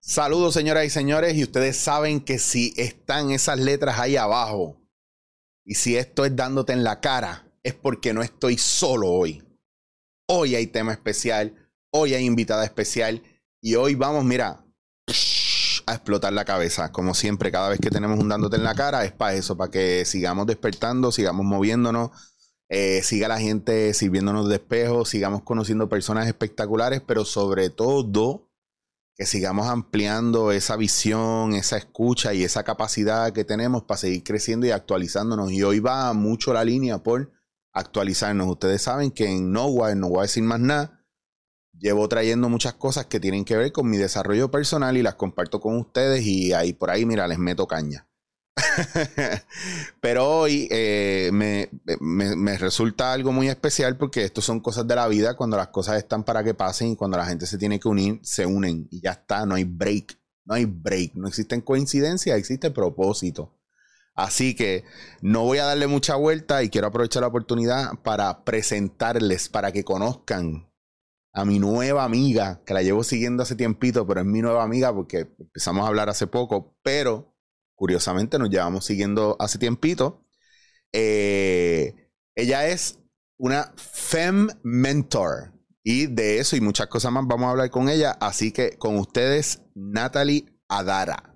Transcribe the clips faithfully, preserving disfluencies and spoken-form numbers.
Saludos, señoras y señores, y ustedes saben que si están esas letras ahí abajo y si esto es dándote en la cara, es porque no estoy solo hoy. Hoy hay tema especial, hoy hay invitada especial y hoy vamos, mira, a explotar la cabeza. Como siempre, cada vez que tenemos un dándote en la cara es para eso, para que sigamos despertando, sigamos moviéndonos, eh, siga la gente sirviéndonos de espejo, sigamos conociendo personas espectaculares, pero sobre todo que sigamos ampliando esa visión, esa escucha y esa capacidad que tenemos para seguir creciendo y actualizándonos. Y hoy va mucho la línea por actualizarnos. Ustedes saben que en Nowhere, no voy a decir más nada, llevo trayendo muchas cosas que tienen que ver con mi desarrollo personal y las comparto con ustedes y ahí por ahí, mira, les meto caña. Pero hoy eh, me, me, me resulta algo muy especial porque esto son cosas de la vida. Cuando las cosas están para que pasen y cuando la gente se tiene que unir, se unen y ya está, no hay break, no hay break, no existen coincidencias, existe propósito. Así que no voy a darle mucha vuelta y quiero aprovechar la oportunidad para presentarles, para que conozcan a mi nueva amiga, que la llevo siguiendo hace tiempito, pero es mi nueva amiga porque empezamos a hablar hace poco, pero curiosamente nos llevamos siguiendo hace tiempito. Eh, ella es una Fem Mentor y de eso y muchas cosas más vamos a hablar con ella. Así que con ustedes, Natalie Adara.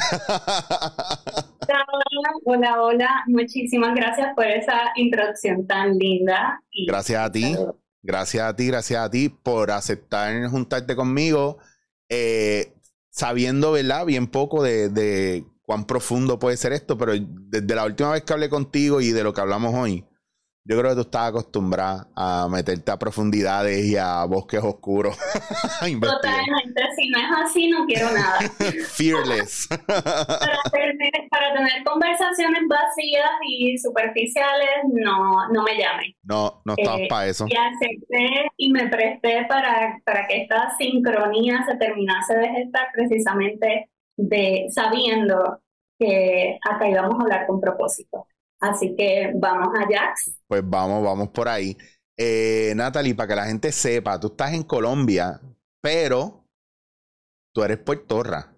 Hola, hola, hola. Muchísimas gracias por esa introducción tan linda. Y gracias a ti, gracias a ti, gracias a ti por aceptar juntarte conmigo, eh, sabiendo, ¿verdad? Bien poco de... de cuán profundo puede ser esto, pero desde la última vez que hablé contigo y de lo que hablamos hoy, yo creo que tú estás acostumbrada a meterte a profundidades y a bosques oscuros. Totalmente, si no es así, no quiero nada. Fearless. Para tener, para tener conversaciones vacías y superficiales, no, no me llamen. No, no estamos eh, para eso. Y acepté y me presté para, para que esta sincronía se terminase de gestar precisamente de sabiendo que acá íbamos a hablar con propósito. Así que vamos allá. Pues vamos, vamos por ahí. Eh, Natalie, para que la gente sepa, tú estás en Colombia, pero tú eres puertorra.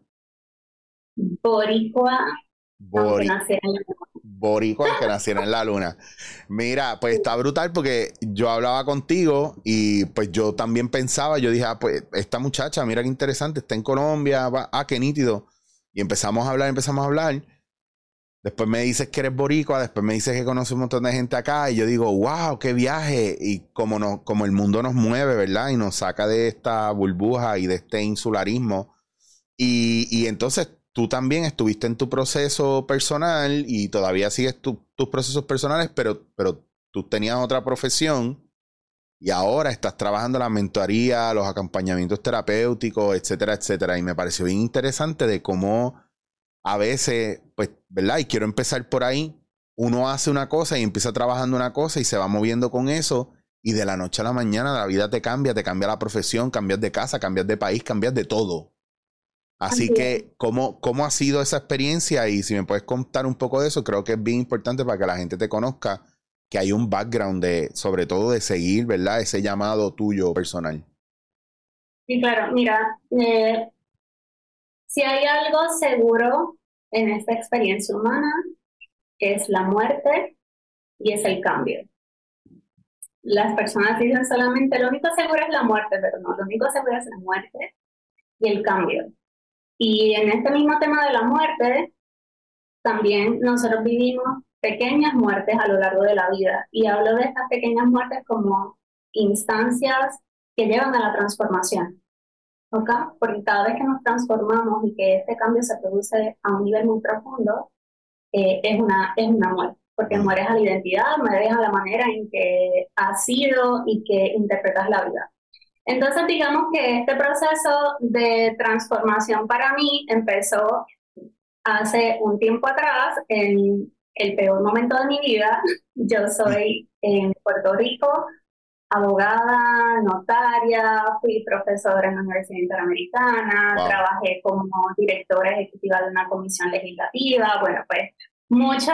Boricua, Bori aunque naciera en la luna. Boricua, aunque naciera en la luna. Mira, pues está brutal porque yo hablaba contigo y pues yo también pensaba, yo dije, ah, pues esta muchacha, mira qué interesante, está en Colombia, va, ah, qué nítido. Y empezamos a hablar, empezamos a hablar. Después me dices que eres boricua, después me dices que conoces un montón de gente acá y yo digo, wow, qué viaje. Y como, no, como el mundo nos mueve, ¿verdad? Y nos saca de esta burbuja y de este insularismo. Y, y entonces tú también estuviste en tu proceso personal y todavía sigues tu, tus procesos personales, pero, pero tú tenías otra profesión y ahora estás trabajando la mentoría, los acompañamientos terapéuticos, etcétera, etcétera. Y me pareció bien interesante de cómo a veces, pues, ¿verdad? Y quiero empezar por ahí. Uno hace una cosa y empieza trabajando una cosa y se va moviendo con eso y de la noche a la mañana la vida te cambia, te cambia la profesión, cambias de casa, cambias de país, cambias de todo. Así, Así que, ¿cómo, ¿cómo ha sido esa experiencia? Y si me puedes contar un poco de eso, creo que es bien importante para que la gente te conozca, que hay un background de, sobre todo de seguir, ¿verdad? Ese llamado tuyo personal. Sí, claro, mira, eh, si hay algo seguro en esta experiencia humana, es la muerte y es el cambio. Las personas dicen solamente, lo único seguro es la muerte, pero no, lo único seguro es la muerte y el cambio. Y en este mismo tema de la muerte, también nosotros vivimos pequeñas muertes a lo largo de la vida. Y hablo de estas pequeñas muertes como instancias que llevan a la transformación. ¿Ok? Porque cada vez que nos transformamos y que este cambio se produce a un nivel muy profundo, eh, es, una, es una muerte. Porque mueres a la identidad, mueres a la manera en que has sido y que interpretas la vida. Entonces, digamos que este proceso de transformación para mí empezó hace un tiempo atrás, en el peor momento de mi vida. Yo soy en Puerto Rico, abogada, notaria, fui profesora en la Universidad Interamericana, wow. Trabajé como directora ejecutiva de una comisión legislativa. Bueno, pues mucho,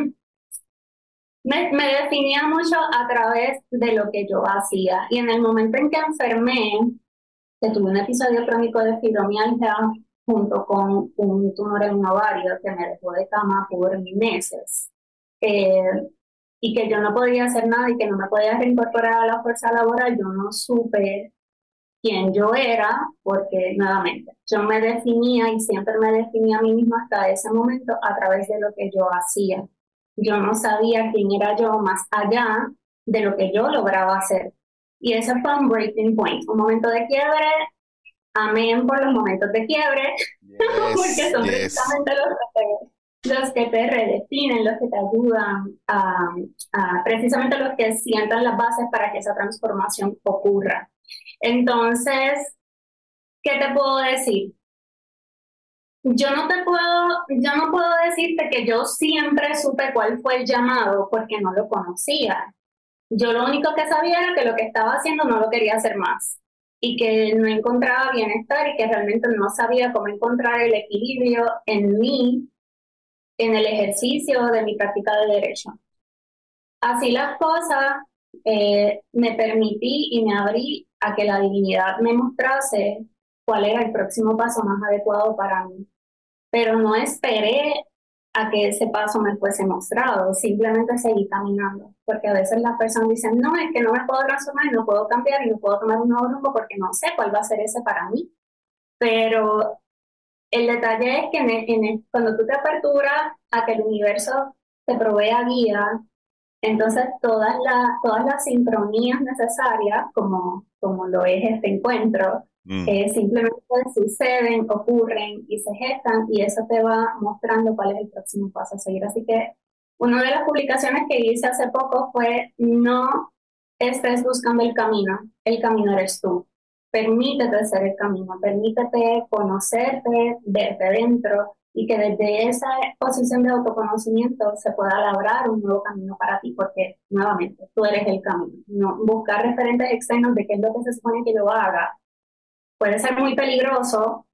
me, me definía mucho a través de lo que yo hacía. Y en el momento en que enfermé, que tuve un episodio crónico de fibromialgia junto con un tumor en un ovario que me dejó de cama por meses. Eh, y que yo no podía hacer nada y que no me podía reincorporar a la fuerza laboral, yo no supe quién yo era, porque nuevamente, yo me definía y siempre me definía a mí misma hasta ese momento a través de lo que yo hacía. Yo no sabía quién era yo más allá de lo que yo lograba hacer. Y ese fue un breaking point, un momento de quiebre. Amén por los momentos de quiebre, yes, porque son yes. precisamente los que, te, los que te redefinen, los que te ayudan a, a precisamente los que sientan las bases para que esa transformación ocurra. Entonces, ¿qué te puedo decir? Yo no te puedo, yo no puedo decirte que yo siempre supe cuál fue el llamado porque no lo conocía. Yo lo único que sabía era que lo que estaba haciendo no lo quería hacer más y que no encontraba bienestar y que realmente no sabía cómo encontrar el equilibrio en mí, en el ejercicio de mi práctica de derecho. Así las cosas, eh, me permití y me abrí a que la divinidad me mostrase cuál era el próximo paso más adecuado para mí. Pero no esperé a que ese paso me fuese mostrado, simplemente seguí caminando, porque a veces las personas dicen, no, es que no me puedo transformar, no puedo cambiar y no puedo tomar un nuevo rumbo porque no sé cuál va a ser ese para mí. Pero el detalle es que en el, en el, cuando tú te aperturas a que el universo te provea guía, entonces todas, la, todas las sincronías necesarias, como, como lo es este encuentro, Mm. Eh, simplemente suceden, ocurren y se gestan y eso te va mostrando cuál es el próximo paso a seguir. Así que una de las publicaciones que hice hace poco fue: no estés buscando el camino, el camino eres tú. Permítete ser el camino, permítete conocerte desde dentro y que desde esa posición de autoconocimiento se pueda labrar un nuevo camino para ti, porque nuevamente tú eres el camino. No buscar referentes externos de qué es lo que se supone que yo haga puede ser muy peligroso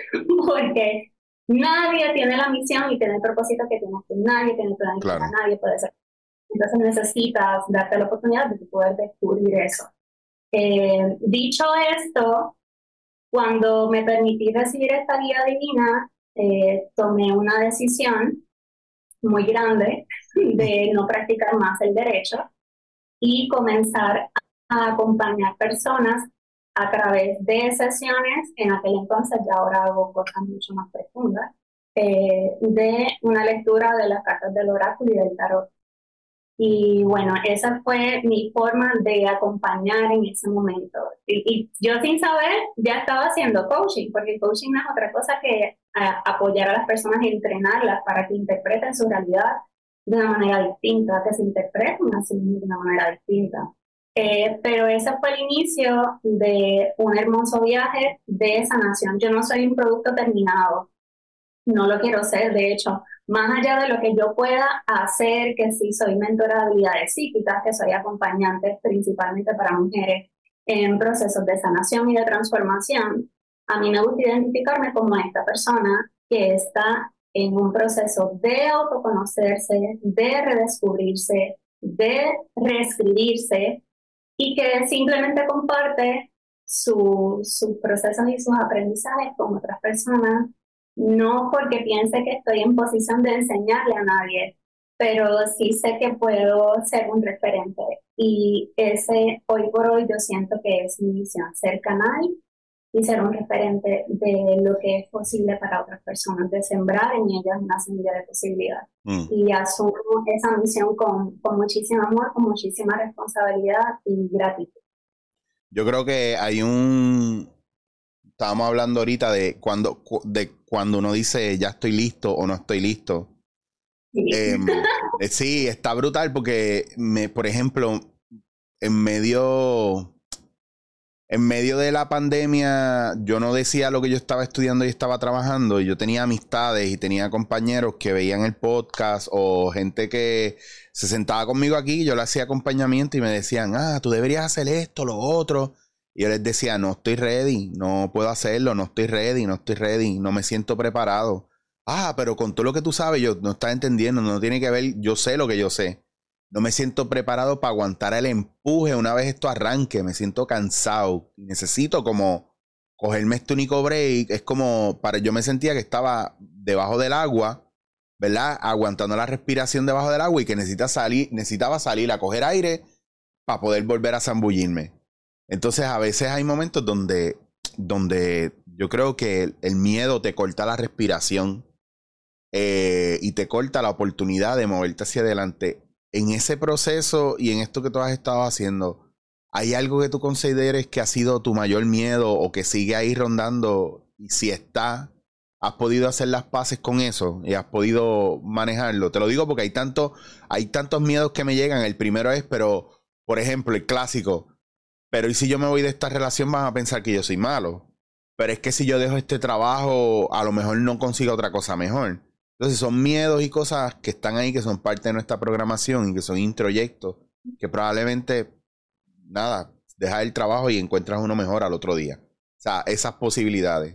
porque nadie tiene la misión y tiene el propósito que tienes tú. Nadie tiene plan, claro. Nadie puede ser. Entonces necesitas darte la oportunidad de poder descubrir eso. Eh, dicho esto, cuando me permití recibir esta guía divina, eh, tomé una decisión muy grande de no practicar más el derecho y comenzar a acompañar personas a través de sesiones, en aquel entonces, ya ahora hago cosas mucho más profundas, eh, de una lectura de las cartas del oráculo y del tarot. Y bueno, esa fue mi forma de acompañar en ese momento. Y, y yo sin saber ya estaba haciendo coaching, porque el coaching no es otra cosa que a, apoyar a las personas y entrenarlas para que interpreten su realidad de una manera distinta, que se interpreten así de una manera distinta. Eh, pero ese fue el inicio de un hermoso viaje de sanación. Yo no soy un producto terminado, no lo quiero ser, de hecho, más allá de lo que yo pueda hacer, que sí soy mentora de habilidades psíquicas, que soy acompañante principalmente para mujeres en procesos de sanación y de transformación, a mí me gusta identificarme como esta persona que está en un proceso de autoconocerse, de redescubrirse, de reescribirse, y que simplemente comparte su, sus procesos y sus aprendizajes con otras personas, no porque piense que estoy en posición de enseñarle a nadie, pero sí sé que puedo ser un referente. Y ese, hoy por hoy, yo siento que es mi misión, ser canal y ser un referente de lo que es posible para otras personas, de sembrar en ellas una semilla de posibilidad. Mm. Y asumo esa misión con, con muchísimo amor, con muchísima responsabilidad y gratitud. Yo creo que hay un... Estábamos hablando ahorita de cuando, de cuando uno dice ya estoy listo o no estoy listo. Sí, eh, sí está brutal porque, me, por ejemplo, en medio... En medio de la pandemia, yo no decía lo que yo estaba estudiando y estaba trabajando. Yo tenía amistades y tenía compañeros que veían el podcast o gente que se sentaba conmigo aquí. Yo le hacía acompañamiento y me decían, ah, tú deberías hacer esto, lo otro. Y yo les decía, no estoy ready, no puedo hacerlo, no estoy ready, no estoy ready, no me siento preparado. Ah, pero con todo lo que tú sabes, yo no estás entendiendo, no tiene que ver, yo sé lo que yo sé. No me siento preparado para aguantar el empuje una vez esto arranque. Me siento cansado. Necesito como cogerme este único break es como, para, yo me sentía que estaba debajo del agua, ¿verdad? Aguantando la respiración debajo del agua y que necesita salir, necesitaba salir a coger aire para poder volver a zambullirme. Entonces a veces hay momentos donde, donde yo creo que el, el miedo te corta la respiración eh, y te corta la oportunidad de moverte hacia adelante. En ese proceso y en esto que tú has estado haciendo, ¿hay algo que tú consideres que ha sido tu mayor miedo o que sigue ahí rondando? Y si está, ¿has podido hacer las paces con eso? ¿Y has podido manejarlo? Te lo digo porque hay tanto, hay tantos miedos que me llegan. El primero es, pero, por ejemplo, el clásico, pero ¿y si yo me voy de esta relación van a pensar que yo soy malo? Pero es que si yo dejo este trabajo, a lo mejor no consigo otra cosa mejor. Entonces son miedos y cosas que están ahí, que son parte de nuestra programación y que son introyectos, que probablemente... nada, dejas el trabajo y encuentras uno mejor al otro día. O sea, esas posibilidades.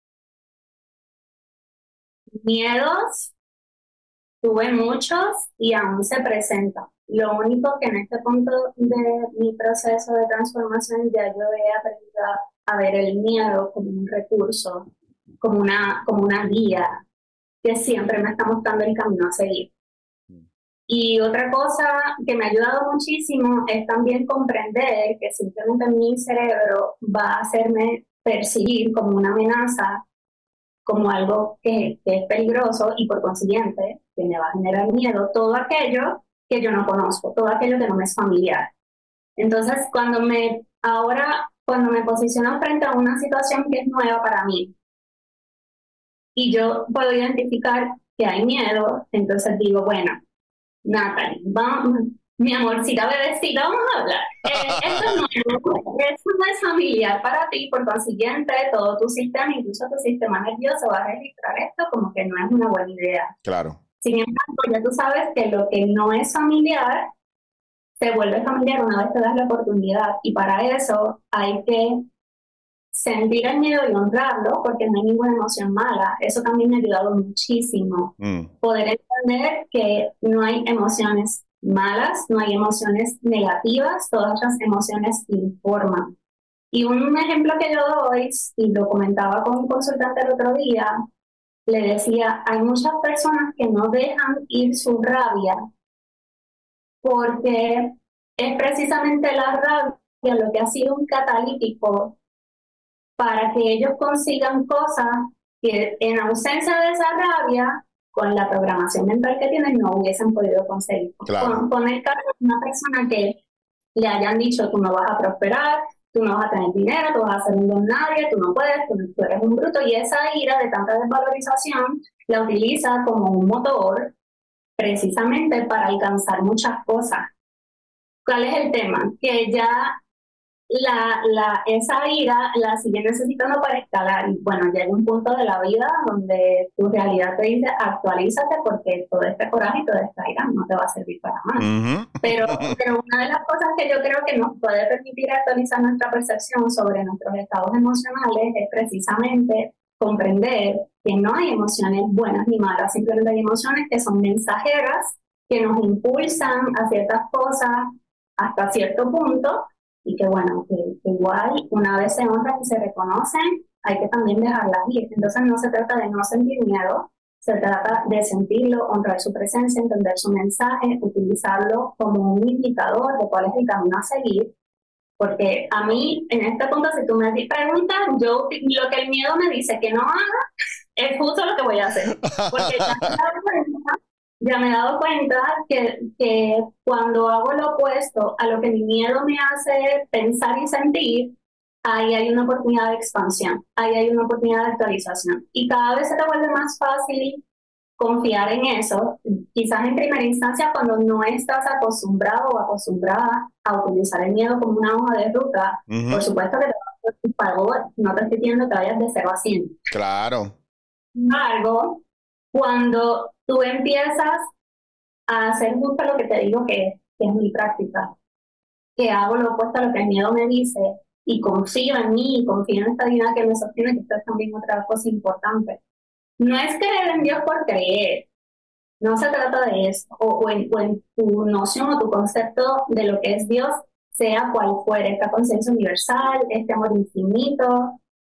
Miedos, tuve muchos y aún se presentan. Lo único que en este punto de mi proceso de transformación ya yo he aprendido a ver el miedo como un recurso, como una, como una guía que siempre me está mostrando el camino a seguir. Y otra cosa que me ha ayudado muchísimo es también comprender que simplemente mi cerebro va a hacerme percibir como una amenaza, como algo que, que es peligroso y por consiguiente que me va a generar miedo, todo aquello que yo no conozco, todo aquello que no me es familiar. Entonces, cuando me, ahora, cuando me posiciono frente a una situación que es nueva para mí y yo puedo identificar que hay miedo, entonces digo, bueno, Natalie, vamos, mi amorcita bebecita, vamos a hablar. Eh, esto, no, esto no es familiar para ti, por consiguiente, todo tu sistema, incluso tu sistema nervioso, va a registrar esto como que no es una buena idea. Claro. Sin embargo, ya tú sabes que lo que no es familiar se vuelve familiar una vez te das la oportunidad, y para eso hay que sentir el miedo y honrarlo, porque no hay ninguna emoción mala. Eso también me ha ayudado muchísimo. Mm. Poder entender que no hay emociones malas, no hay emociones negativas, todas las emociones informan. Y un ejemplo que yo doy, y lo comentaba con un consultante el otro día, le decía, hay muchas personas que no dejan ir su rabia porque es precisamente la rabia lo que ha sido un catalítico para que ellos consigan cosas que en ausencia de esa rabia, con la programación mental que tienen, no hubiesen podido conseguir. Claro. Con, con el caso de una persona que le hayan dicho, tú no vas a prosperar, tú no vas a tener dinero, tú vas a ser un don nadie, tú no puedes, tú, tú eres un bruto, y esa ira de tanta desvalorización la utiliza como un motor precisamente para alcanzar muchas cosas. ¿Cuál es el tema? Que ya La, la, esa ira la sigue necesitando para escalar, y bueno, llega un punto de la vida donde tu realidad te dice actualízate, porque todo este coraje y toda esta ira no te va a servir para más. Uh-huh. pero, pero una de las cosas que yo creo que nos puede permitir actualizar nuestra percepción sobre nuestros estados emocionales es precisamente comprender que no hay emociones buenas ni malas, simplemente hay emociones que son mensajeras, que nos impulsan a ciertas cosas hasta cierto punto, y que bueno, que, que igual una vez se honran y se reconocen, hay que también dejarlas ir. Entonces no se trata de no sentir miedo, se trata de sentirlo, honrar su presencia, entender su mensaje, utilizarlo como un indicador de cuál es el camino a seguir. Porque a mí, en este punto, si tú me preguntas, yo lo que el miedo me dice que no haga, es justo lo que voy a hacer. Porque ya me he dado cuenta, ya me he dado cuenta que, que cuando hago lo opuesto a lo que mi miedo me hace pensar y sentir, ahí hay una oportunidad de expansión, ahí hay una oportunidad de actualización. Y cada vez se te vuelve más fácil confiar en eso, quizás en primera instancia cuando no estás acostumbrado o acostumbrada a utilizar el miedo como una hoja de ruta. Uh-huh. Por supuesto que te vas a favor, no te estoy pidiendo que vayas de cero a cien. Claro. Sin embargo, cuando tú empiezas a hacer justo lo que te digo que, que es mi práctica, que hago lo opuesto a lo que el miedo me dice y confío en mí, y confío en esta vida que me sostiene, que esto es también otra cosa importante. No es creer en Dios por creer, no se trata de eso, o, o, en, o en tu noción o tu concepto de lo que es Dios, sea cual fuere, esta conciencia universal, este amor infinito,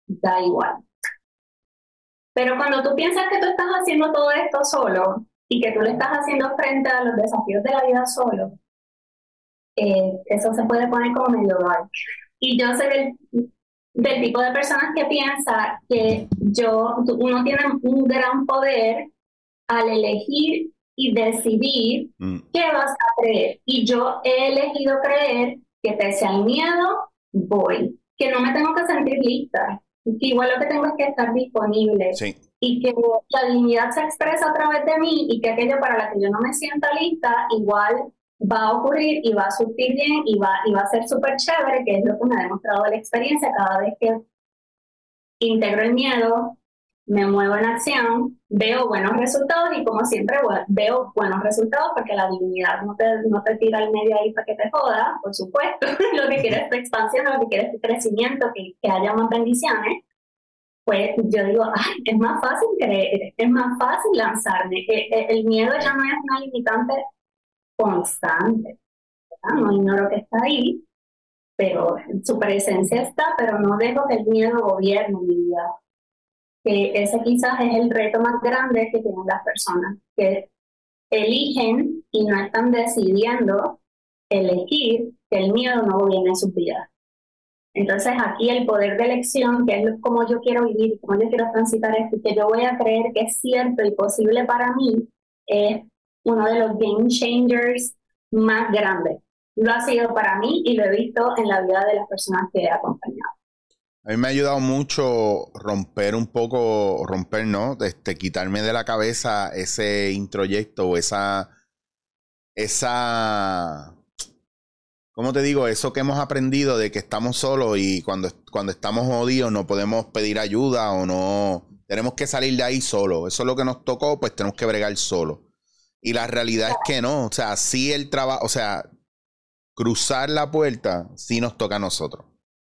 da igual. Pero cuando tú piensas que tú estás haciendo todo esto solo y que tú le estás haciendo frente a los desafíos de la vida solo, eh, eso se puede poner como medio dark. Y yo soy del, del tipo de personas que piensa que yo, uno tiene un gran poder al elegir y decidir mm. qué vas a creer. Y yo he elegido creer que pese al miedo, voy. Que no me tengo que sentir lista. Que igual lo que tengo es que estar disponible. Sí. Y que la dignidad se expresa a través de mí y que aquello para lo que yo no me sienta lista, igual va a ocurrir y va a surtir bien y va, y va a ser súper chévere, que es lo que me ha demostrado la experiencia cada vez que integro el miedo, me muevo en acción, veo buenos resultados y como siempre bueno, veo buenos resultados porque la divinidad no te, no te tira al medio ahí para que te joda, por supuesto. Lo que quieres es tu expansión, lo que quieres es tu crecimiento, que, que haya más bendiciones. Pues yo digo, ay, es más fácil creer, es más fácil lanzarme. El, el miedo ya no es una limitante constante, ¿verdad? No ignoro que está ahí, pero su presencia está, pero no dejo que el miedo gobierne mi vida. Que ese quizás es el reto más grande que tienen las personas, que eligen y no están decidiendo elegir que el miedo no gobierne sus vidas. Entonces aquí el poder de elección, que es como yo quiero vivir, como yo quiero transitar esto, y que yo voy a creer que es cierto y posible para mí, es uno de los game changers más grandes. Lo ha sido para mí y lo he visto en la vida de las personas que he acompañado. A mí me ha ayudado mucho romper un poco, romper, ¿no? Este, quitarme de la cabeza ese introyecto o esa, esa, ¿cómo te digo? Eso que hemos aprendido de que estamos solos y cuando, cuando estamos jodidos no podemos pedir ayuda o no, tenemos que salir de ahí solo. Eso es lo que nos tocó, pues tenemos que bregar solo. Y la realidad es que no, o sea, sí el trabajo, o sea, cruzar la puerta sí nos toca a nosotros.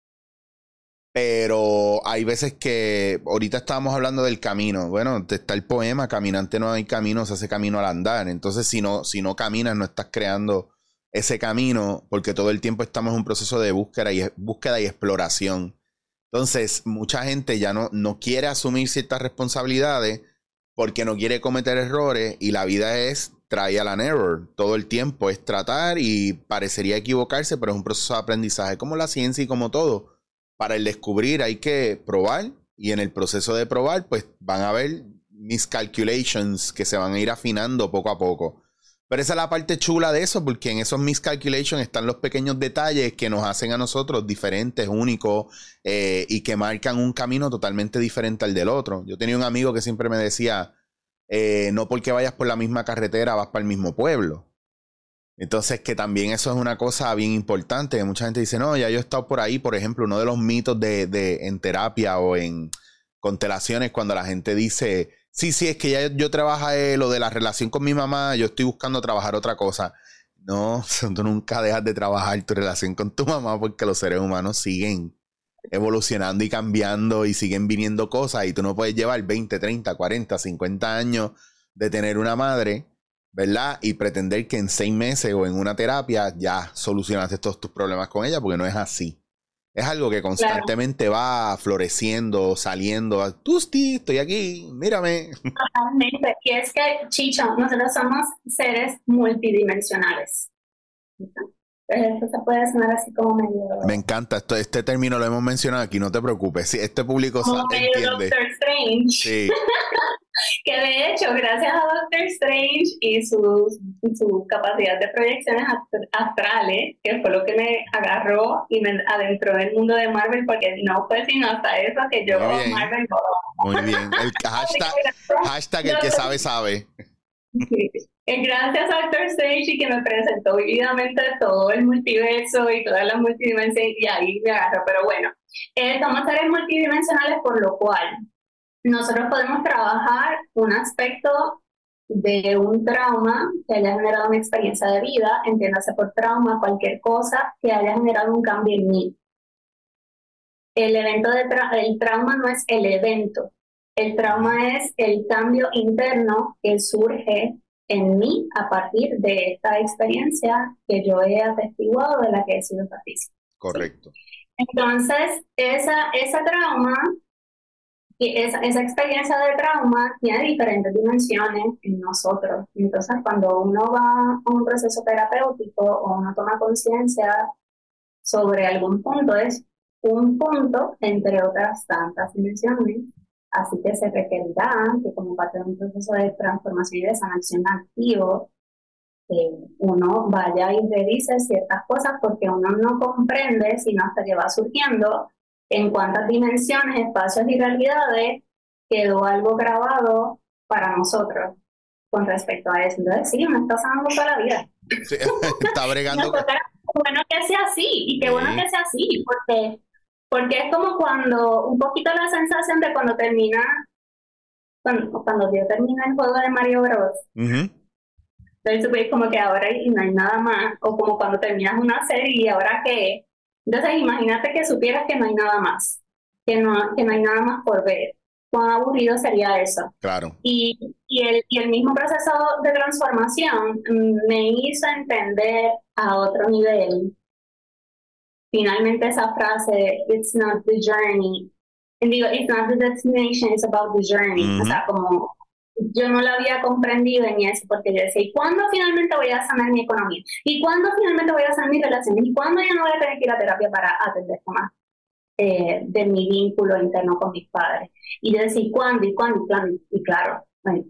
Pero hay veces que, ahorita estábamos hablando del camino, bueno, está el poema, caminante no hay camino, se hace camino al andar. Entonces si no, si no caminas, no estás creando ese camino, porque todo el tiempo estamos en un proceso de búsqueda y, búsqueda y exploración. Entonces mucha gente ya no, no quiere asumir ciertas responsabilidades porque no quiere cometer errores y la vida es trial and error. Todo el tiempo es tratar y parecería equivocarse, pero es un proceso de aprendizaje como la ciencia y como todo. Para el descubrir hay que probar y en el proceso de probar pues van a haber miscalculations que se van a ir afinando poco a poco. Pero esa es la parte chula de eso, porque en esos miscalculations están los pequeños detalles que nos hacen a nosotros diferentes, únicos eh, y que marcan un camino totalmente diferente al del otro. Yo tenía un amigo que siempre me decía, eh, no porque vayas por la misma carretera vas para el mismo pueblo. Entonces, que también eso es una cosa bien importante, que mucha gente dice, no, ya yo he estado por ahí, por ejemplo, uno de los mitos de, de en terapia o en constelaciones, cuando la gente dice, sí, sí, es que ya yo trabajé lo de la relación con mi mamá, yo estoy buscando trabajar otra cosa. No, tú nunca dejas de trabajar tu relación con tu mamá porque los seres humanos siguen evolucionando y cambiando y siguen viniendo cosas y tú no puedes llevar veinte, treinta, cuarenta, cincuenta años de tener una madre, ¿verdad? Y pretender que en seis meses o en una terapia ya solucionaste todos tus problemas con ella, porque no es así. Es algo que constantemente claro. va floreciendo, saliendo. Tusti, estoy aquí, mírame. Totalmente. Y es que, Chicho, nosotros somos seres multidimensionales. Esto se puede sonar así como medio... Me encanta, esto, este término lo hemos mencionado aquí, no te preocupes. Sí, este público como sabe, medio entiende. Doctor Strange. Sí. Que de hecho, gracias a Doctor Strange y su, su capacidad de proyecciones astrales, que fue lo que me agarró y me adentró en el mundo de Marvel, porque no fue sino hasta eso que yo Marvel no. Muy bien. El hashtag, hashtag el que sabe, sabe. Sí. Gracias a Doctor Strange y que me presentó vividamente todo el multiverso y todas las multidimensiones, y ahí me agarró. Pero bueno, eh, somos seres multidimensionales, por lo cual nosotros podemos trabajar un aspecto de un trauma que haya generado una experiencia de vida, entiéndase por trauma cualquier cosa que haya generado un cambio en mí. El evento de tra- el trauma no es el evento, el trauma es el cambio interno que surge en mí a partir de esta experiencia que yo he atestiguado, de la que he sido partícipe. Correcto. ¿Sí? Entonces, esa, ese trauma, y esa, esa experiencia de trauma tiene diferentes dimensiones en nosotros. Entonces, cuando uno va a un proceso terapéutico o uno toma conciencia sobre algún punto, es un punto entre otras tantas dimensiones. Así que se requerirá que como parte de un proceso de transformación y de sanación activo, eh, uno vaya y revise ciertas cosas porque uno no comprende, sino hasta que va surgiendo, en cuántas dimensiones, espacios y realidades quedó algo grabado para nosotros con respecto a eso. Entonces, sí, uno está sanando toda la vida. Sí, está bregando. Qué bueno que sea así, y qué sí. bueno que sea así, porque, porque es como cuando, un poquito la sensación de cuando termina, cuando, cuando yo termina el juego de Mario Bros. Uh-huh. Entonces es como que ahora y no hay nada más, o como cuando terminas una serie y ahora qué. Entonces imagínate que supieras que no hay nada más, que no, que no hay nada más por ver. Cuán aburrido sería eso. Claro. Y, y, el, y el mismo proceso de transformación me hizo entender a otro nivel. Finalmente esa frase, it's not the journey. Y digo, it's not the destination, it's about the journey. Uh-huh. O sea, como yo no la había comprendido en eso, porque yo decía, ¿y cuándo finalmente voy a sanar mi economía? ¿Y cuándo finalmente voy a sanar mis relaciones? ¿Y cuándo ya no voy a tener que ir a terapia para atender temas eh, de mi vínculo interno con mis padres? Y yo decía, ¿cuándo? ¿Y cuándo? ¿Y cuándo? Y claro,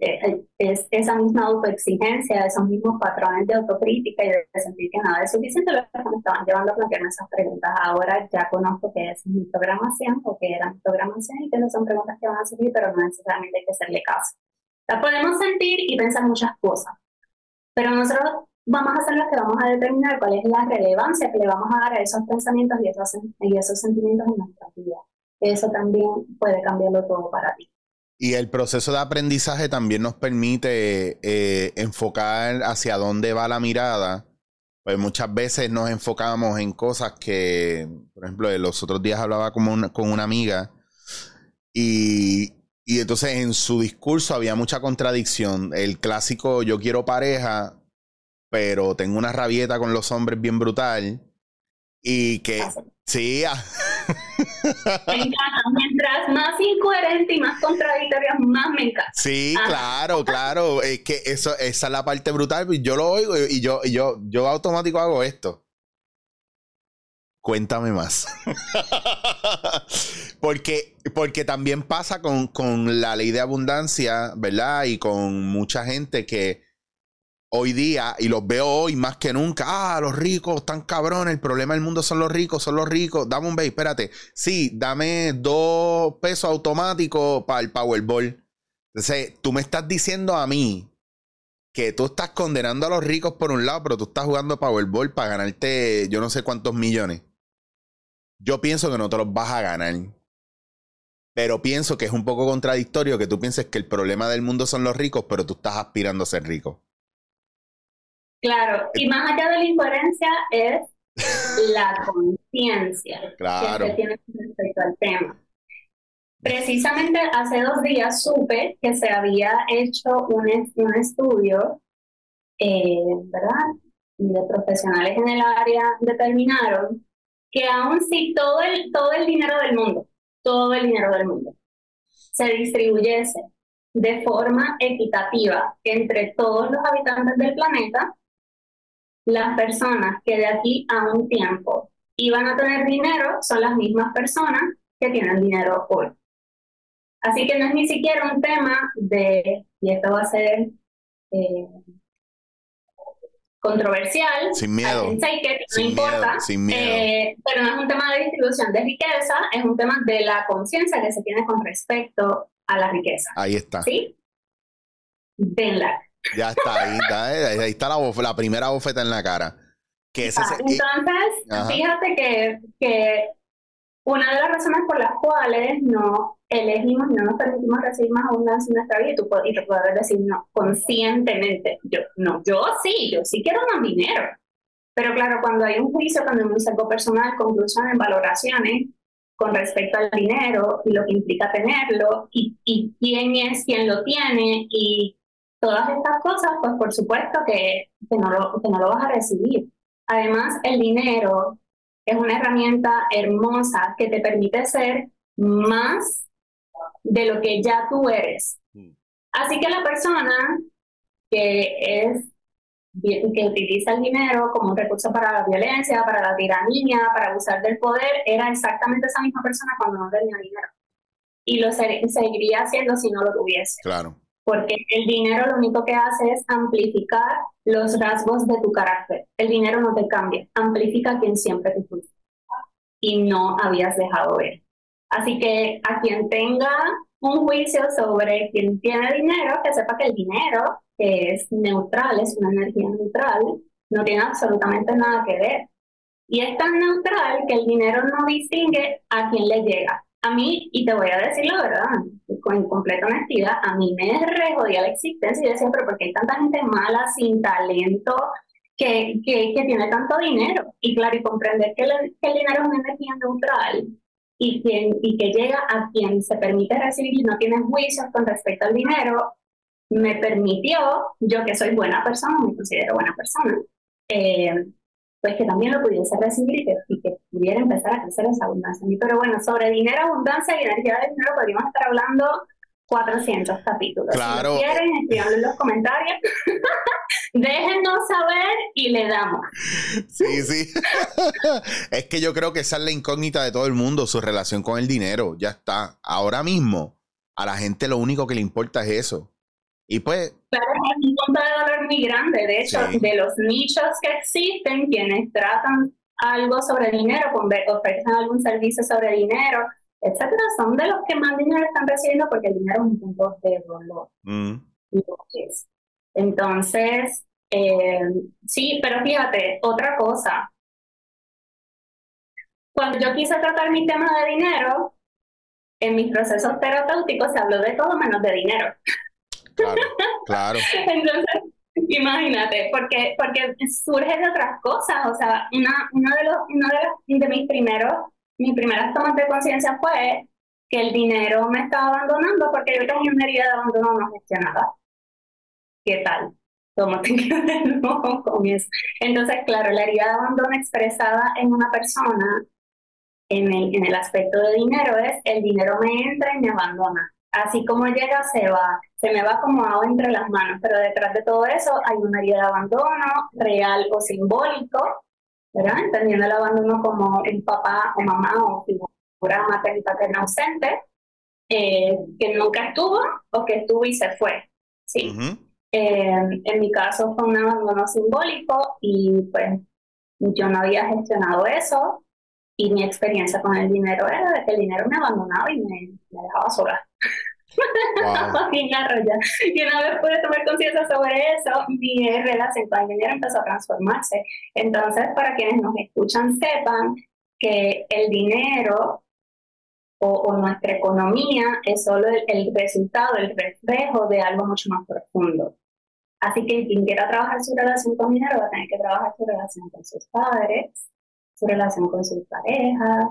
es esa misma autoexigencia, esos mismos patrones de autocrítica y de sentir que nada es suficiente lo que me estaban llevando a plantearme esas preguntas. Ahora ya conozco que es mi programación o que era mi programación y que no son preguntas que van a surgir, pero no necesariamente hay que hacerle caso. La podemos sentir y pensar muchas cosas, pero nosotros vamos a ser los que vamos a determinar cuál es la relevancia que le vamos a dar a esos pensamientos y esos, y esos sentimientos en nuestra vida. Eso también puede cambiarlo todo para ti. Y el proceso de aprendizaje también nos permite eh, enfocar hacia dónde va la mirada. Pues muchas veces nos enfocamos en cosas que, por ejemplo, los otros días hablaba con una, con una amiga y, y entonces en su discurso había mucha contradicción. El clásico yo quiero pareja, pero tengo una rabieta con los hombres bien brutal. Y que sí. Me encanta. Mientras más incoherente y más contradictoria, más me encanta. Sí, Ajá. claro, claro. Es que eso, esa es la parte brutal. Yo lo oigo y yo, y yo, yo automático hago esto. Cuéntame más. porque, porque también pasa con, con la ley de abundancia, ¿verdad? Y con mucha gente que hoy día, y los veo hoy más que nunca, ah, los ricos están cabrones, el problema del mundo son los ricos, son los ricos, dame un baby, espérate, sí, dame dos pesos automáticos para el Powerball. Entonces, tú me estás diciendo a mí que tú estás condenando a los ricos por un lado, pero tú estás jugando Powerball para ganarte yo no sé cuántos millones. Yo pienso que no te los vas a ganar. Pero pienso que es un poco contradictorio que tú pienses que el problema del mundo son los ricos, pero tú estás aspirando a ser rico. Claro, y más allá de la incoherencia es la conciencia claro. que se tiene respecto al tema. Precisamente hace dos días supe que se había hecho un, un estudio, eh, ¿verdad? De profesionales en el área determinaron que aun si todo el, todo el dinero del mundo, todo el dinero del mundo, se distribuyese de forma equitativa entre todos los habitantes del planeta, las personas que de aquí a un tiempo iban a tener dinero son las mismas personas que tienen dinero hoy. Así que no es ni siquiera un tema de, y esto va a ser eh, controversial, sin miedo, it, no sin importa, miedo, sin miedo. Eh, pero no es un tema de distribución de riqueza, es un tema de la conciencia que se tiene con respecto a la riqueza. Ahí está. ¿Sí? Denla. Ya está, ahí está, ahí está la, bof- la primera bofeta en la cara. Que ese, ah, entonces, Ajá. fíjate que, que una de las razones por las cuales no elegimos y no nos permitimos recibir más abundancia en nuestra vida, y tú y te puedes decir no, conscientemente, yo no, yo sí, yo sí quiero más dinero. Pero claro, cuando hay un juicio, cuando hay un sesgo personal, conclusiones, valoraciones con respecto al dinero y lo que implica tenerlo, y, y quién es quien lo tiene, y todas estas cosas, pues por supuesto que, que, no lo, que no lo vas a recibir. Además, el dinero es una herramienta hermosa que te permite ser más de lo que ya tú eres. Así que la persona que es que utiliza el dinero como un recurso para la violencia, para la tiranía, para abusar del poder, era exactamente esa misma persona cuando no tenía dinero. Y lo ser, seguiría haciendo si no lo tuviese. Claro. Porque el dinero lo único que hace es amplificar los rasgos de tu carácter. El dinero no te cambia, amplifica quien siempre te fuiste y no habías dejado ver. Así que a quien tenga un juicio sobre quien tiene dinero, que sepa que el dinero, que es neutral, es una energía neutral, no tiene absolutamente nada que ver. Y es tan neutral que el dinero no distingue a quién le llega. A mí, y te voy a decir la verdad, con completa honestidad, a mí me re jodía la existencia y yo decía, pero ¿por qué hay tanta gente mala, sin talento, que, que, que tiene tanto dinero? Y claro, y comprender que, le, que el dinero es una energía neutral y, quien, y que llega a quien se permite recibir y no tiene juicios con respecto al dinero, me permitió, yo que soy buena persona, me considero buena persona, eh, pues que también lo pudiese recibir y que, y que pudiera empezar a crecer esa abundancia. Pero bueno, sobre dinero, abundancia y energía del dinero podríamos estar hablando cuatrocientos capítulos. Claro. Si lo quieren, escríbanlo en los comentarios. Déjennos saber y le damos. Sí, sí. Es que yo creo que esa es la incógnita de todo el mundo, su relación con el dinero. Ya está. Ahora mismo, a la gente lo único que le importa es eso. Y pues... Claro, es un punto de dolor muy grande. De hecho, sí. De los nichos que existen, quienes tratan algo sobre dinero, ofrecen algún servicio sobre dinero, etcétera, son de los que más dinero están recibiendo porque el dinero es un punto de dolor. Mm. Entonces, eh, sí, pero fíjate, otra cosa. Cuando yo quise tratar mi tema de dinero, en mis procesos terapéuticos se habló de todo menos de dinero. Claro, claro. Entonces, imagínate, porque, porque surge de otras cosas. O sea, una, uno de los, uno de, los, de mis primeros, mis primeras tomas de conciencia fue que el dinero me estaba abandonando porque yo tenía una herida de abandono no gestionada. ¿Qué tal? ¿Cómo te quedas de nuevo con eso? Entonces, claro, la herida de abandono expresada en una persona, en el, en el aspecto de dinero, es el dinero me entra y me abandona. Así como llega, se va, se me va acomodado entre las manos, pero detrás de todo eso hay una herida de abandono, real o simbólico, ¿verdad? Entendiendo el abandono como un papá o mamá o figura materna y paterna ausente, eh, que nunca estuvo o que estuvo y se fue, ¿sí? Uh-huh. eh, en mi caso fue un abandono simbólico y pues yo no había gestionado eso y mi experiencia con el dinero era de que el dinero me abandonaba y me, me dejaba sola. Wow. Y una vez pude tomar conciencia sobre eso, mi relación con el dinero empezó a transformarse. Entonces, para quienes nos escuchan, sepan que el dinero o, o nuestra economía es solo el, el resultado, el reflejo de algo mucho más profundo. Así que quien quiera trabajar su relación con dinero va a tener que trabajar su relación con sus padres, su relación con sus parejas,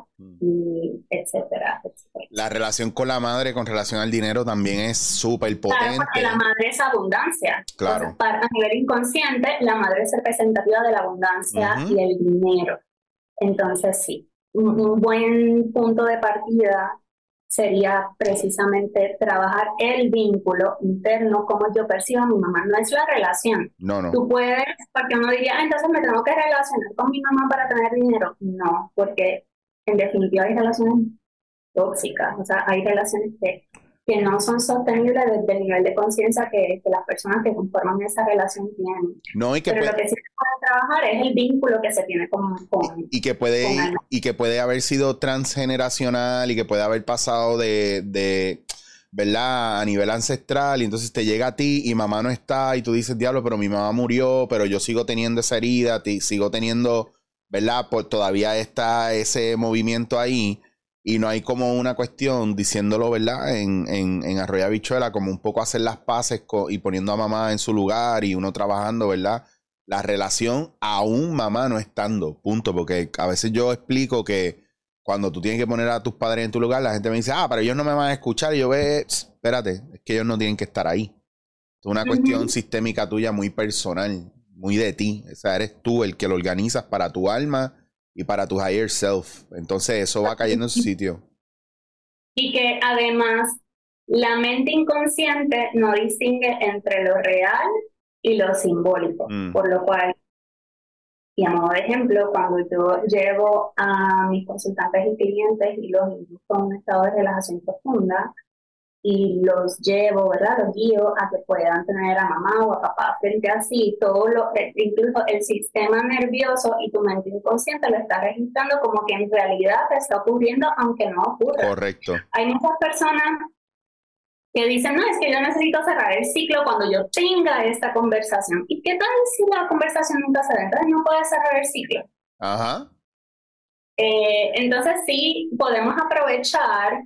y etcétera, etcétera. La relación con la madre con relación al dinero también es súper potente. Claro, porque la madre es abundancia. Claro. Entonces, para, a nivel inconsciente, la madre es representativa de la abundancia uh-huh. y el dinero. Entonces, sí, un, un buen punto de partida sería precisamente trabajar el vínculo interno, como yo percibo a mi mamá. No es la relación. No, no. Tú puedes, porque uno diría, ah, entonces me tengo que relacionar con mi mamá para tener dinero. No, porque en definitiva hay relaciones tóxicas. O sea, hay relaciones que, que no son sostenibles desde el nivel de conciencia que, que las personas que conforman esa relación tienen. No, y que Pero puede... lo que sí se puede trabajar es el vínculo que se tiene con... con y, que puede, con y que puede haber sido transgeneracional y que puede haber pasado de, de, ¿verdad? A nivel ancestral, y entonces te llega a ti y mamá no está y tú dices, diablo, pero mi mamá murió, pero yo sigo teniendo esa herida, te, sigo teniendo, ¿verdad? Pues todavía está ese movimiento ahí. Y no hay como una cuestión diciéndolo, ¿verdad? En, en, en Arroyo Habichuela, como un poco hacer las paces con, y poniendo a mamá en su lugar y uno trabajando, ¿verdad? La relación aún mamá no estando, punto. Porque a veces yo explico que cuando tú tienes que poner a tus padres en tu lugar, la gente me dice, ah, pero ellos no me van a escuchar. Y yo ve, espérate, es que ellos no tienen que estar ahí. Es una uh-huh. cuestión sistémica tuya muy personal, muy de ti. O sea, eres tú el que lo organizas para tu alma y para tu higher self. Entonces eso va cayendo en su sitio. Y que además la mente inconsciente no distingue entre lo real y lo simbólico, mm. por lo cual, y a modo de ejemplo, cuando yo llevo a mis consultantes y clientes y los induzco a un estado de relajación profunda, y los llevo, ¿verdad? Los guío a que puedan tener a mamá o a papá frente a sí, todo lo, incluso el sistema nervioso y tu mente inconsciente lo está registrando como que en realidad te está ocurriendo aunque no ocurra. Correcto. Hay muchas personas que dicen, no, es que yo necesito cerrar el ciclo cuando yo tenga esta conversación. ¿Y qué tal si la conversación nunca se da? Entonces no puedes cerrar el ciclo. Ajá. Eh, entonces sí podemos aprovechar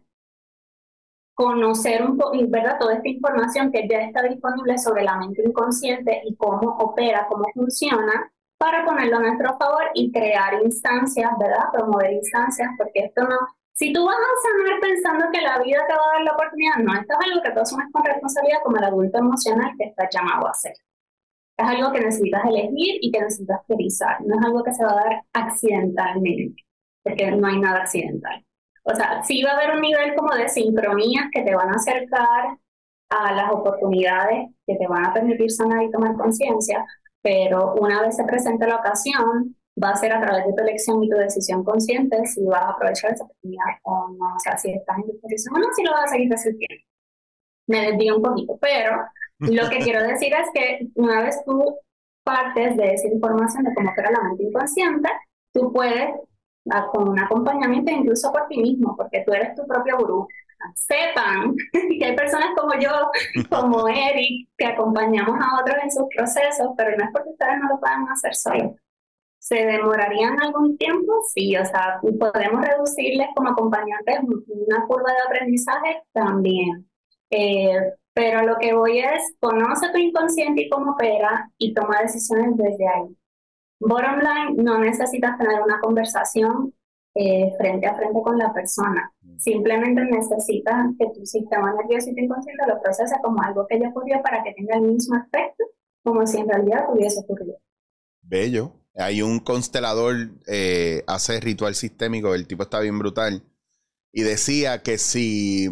conocer un poco, ¿verdad? Toda esta información que ya está disponible sobre la mente inconsciente y cómo opera, cómo funciona, para ponerlo a nuestro favor y crear instancias, ¿verdad? Promover instancias, porque esto no... Si tú vas a sanar pensando que la vida te va a dar la oportunidad, no, esto es algo que tú asumes con responsabilidad como el adulto emocional que estás llamado a hacer. Es algo que necesitas elegir y que necesitas priorizar. No es algo que se va a dar accidentalmente, porque no hay nada accidental. O sea, sí va a haber un nivel como de sincronías que te van a acercar a las oportunidades que te van a permitir sanar y tomar conciencia, pero una vez se presente la ocasión, va a ser a través de tu elección y tu decisión consciente si vas a aprovechar esa oportunidad o no. O sea, si estás en disposición o no, si lo vas a seguir resistiendo. Me desvío un poquito, pero lo que quiero decir es que una vez tú partes de esa información de cómo opera la mente inconsciente, tú puedes con un acompañamiento incluso por ti mismo, porque tú eres tu propio gurú. Sepan que hay personas como yo, como Eric, que acompañamos a otros en sus procesos, pero no es porque ustedes no lo puedan hacer solos. ¿Se demorarían algún tiempo? Sí, o sea, podemos reducirles como acompañantes una curva de aprendizaje también. Eh, pero lo que voy es, conoce tu inconsciente y cómo opera y toma decisiones desde ahí. Bottom line, no necesitas tener una conversación eh, frente a frente con la persona. Simplemente necesitas que tu sistema nervioso y tu inconsciente lo procese como algo que ya ocurrió para que tenga el mismo efecto como si en realidad hubiese ocurrido. Bello. Hay un constelador, eh, hace ritual sistémico, el tipo está bien brutal, y decía que si,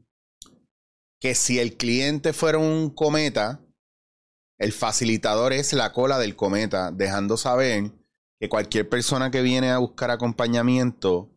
que si el cliente fuera un cometa, el facilitador es la cola del cometa, dejando saber que cualquier persona que viene a buscar acompañamiento,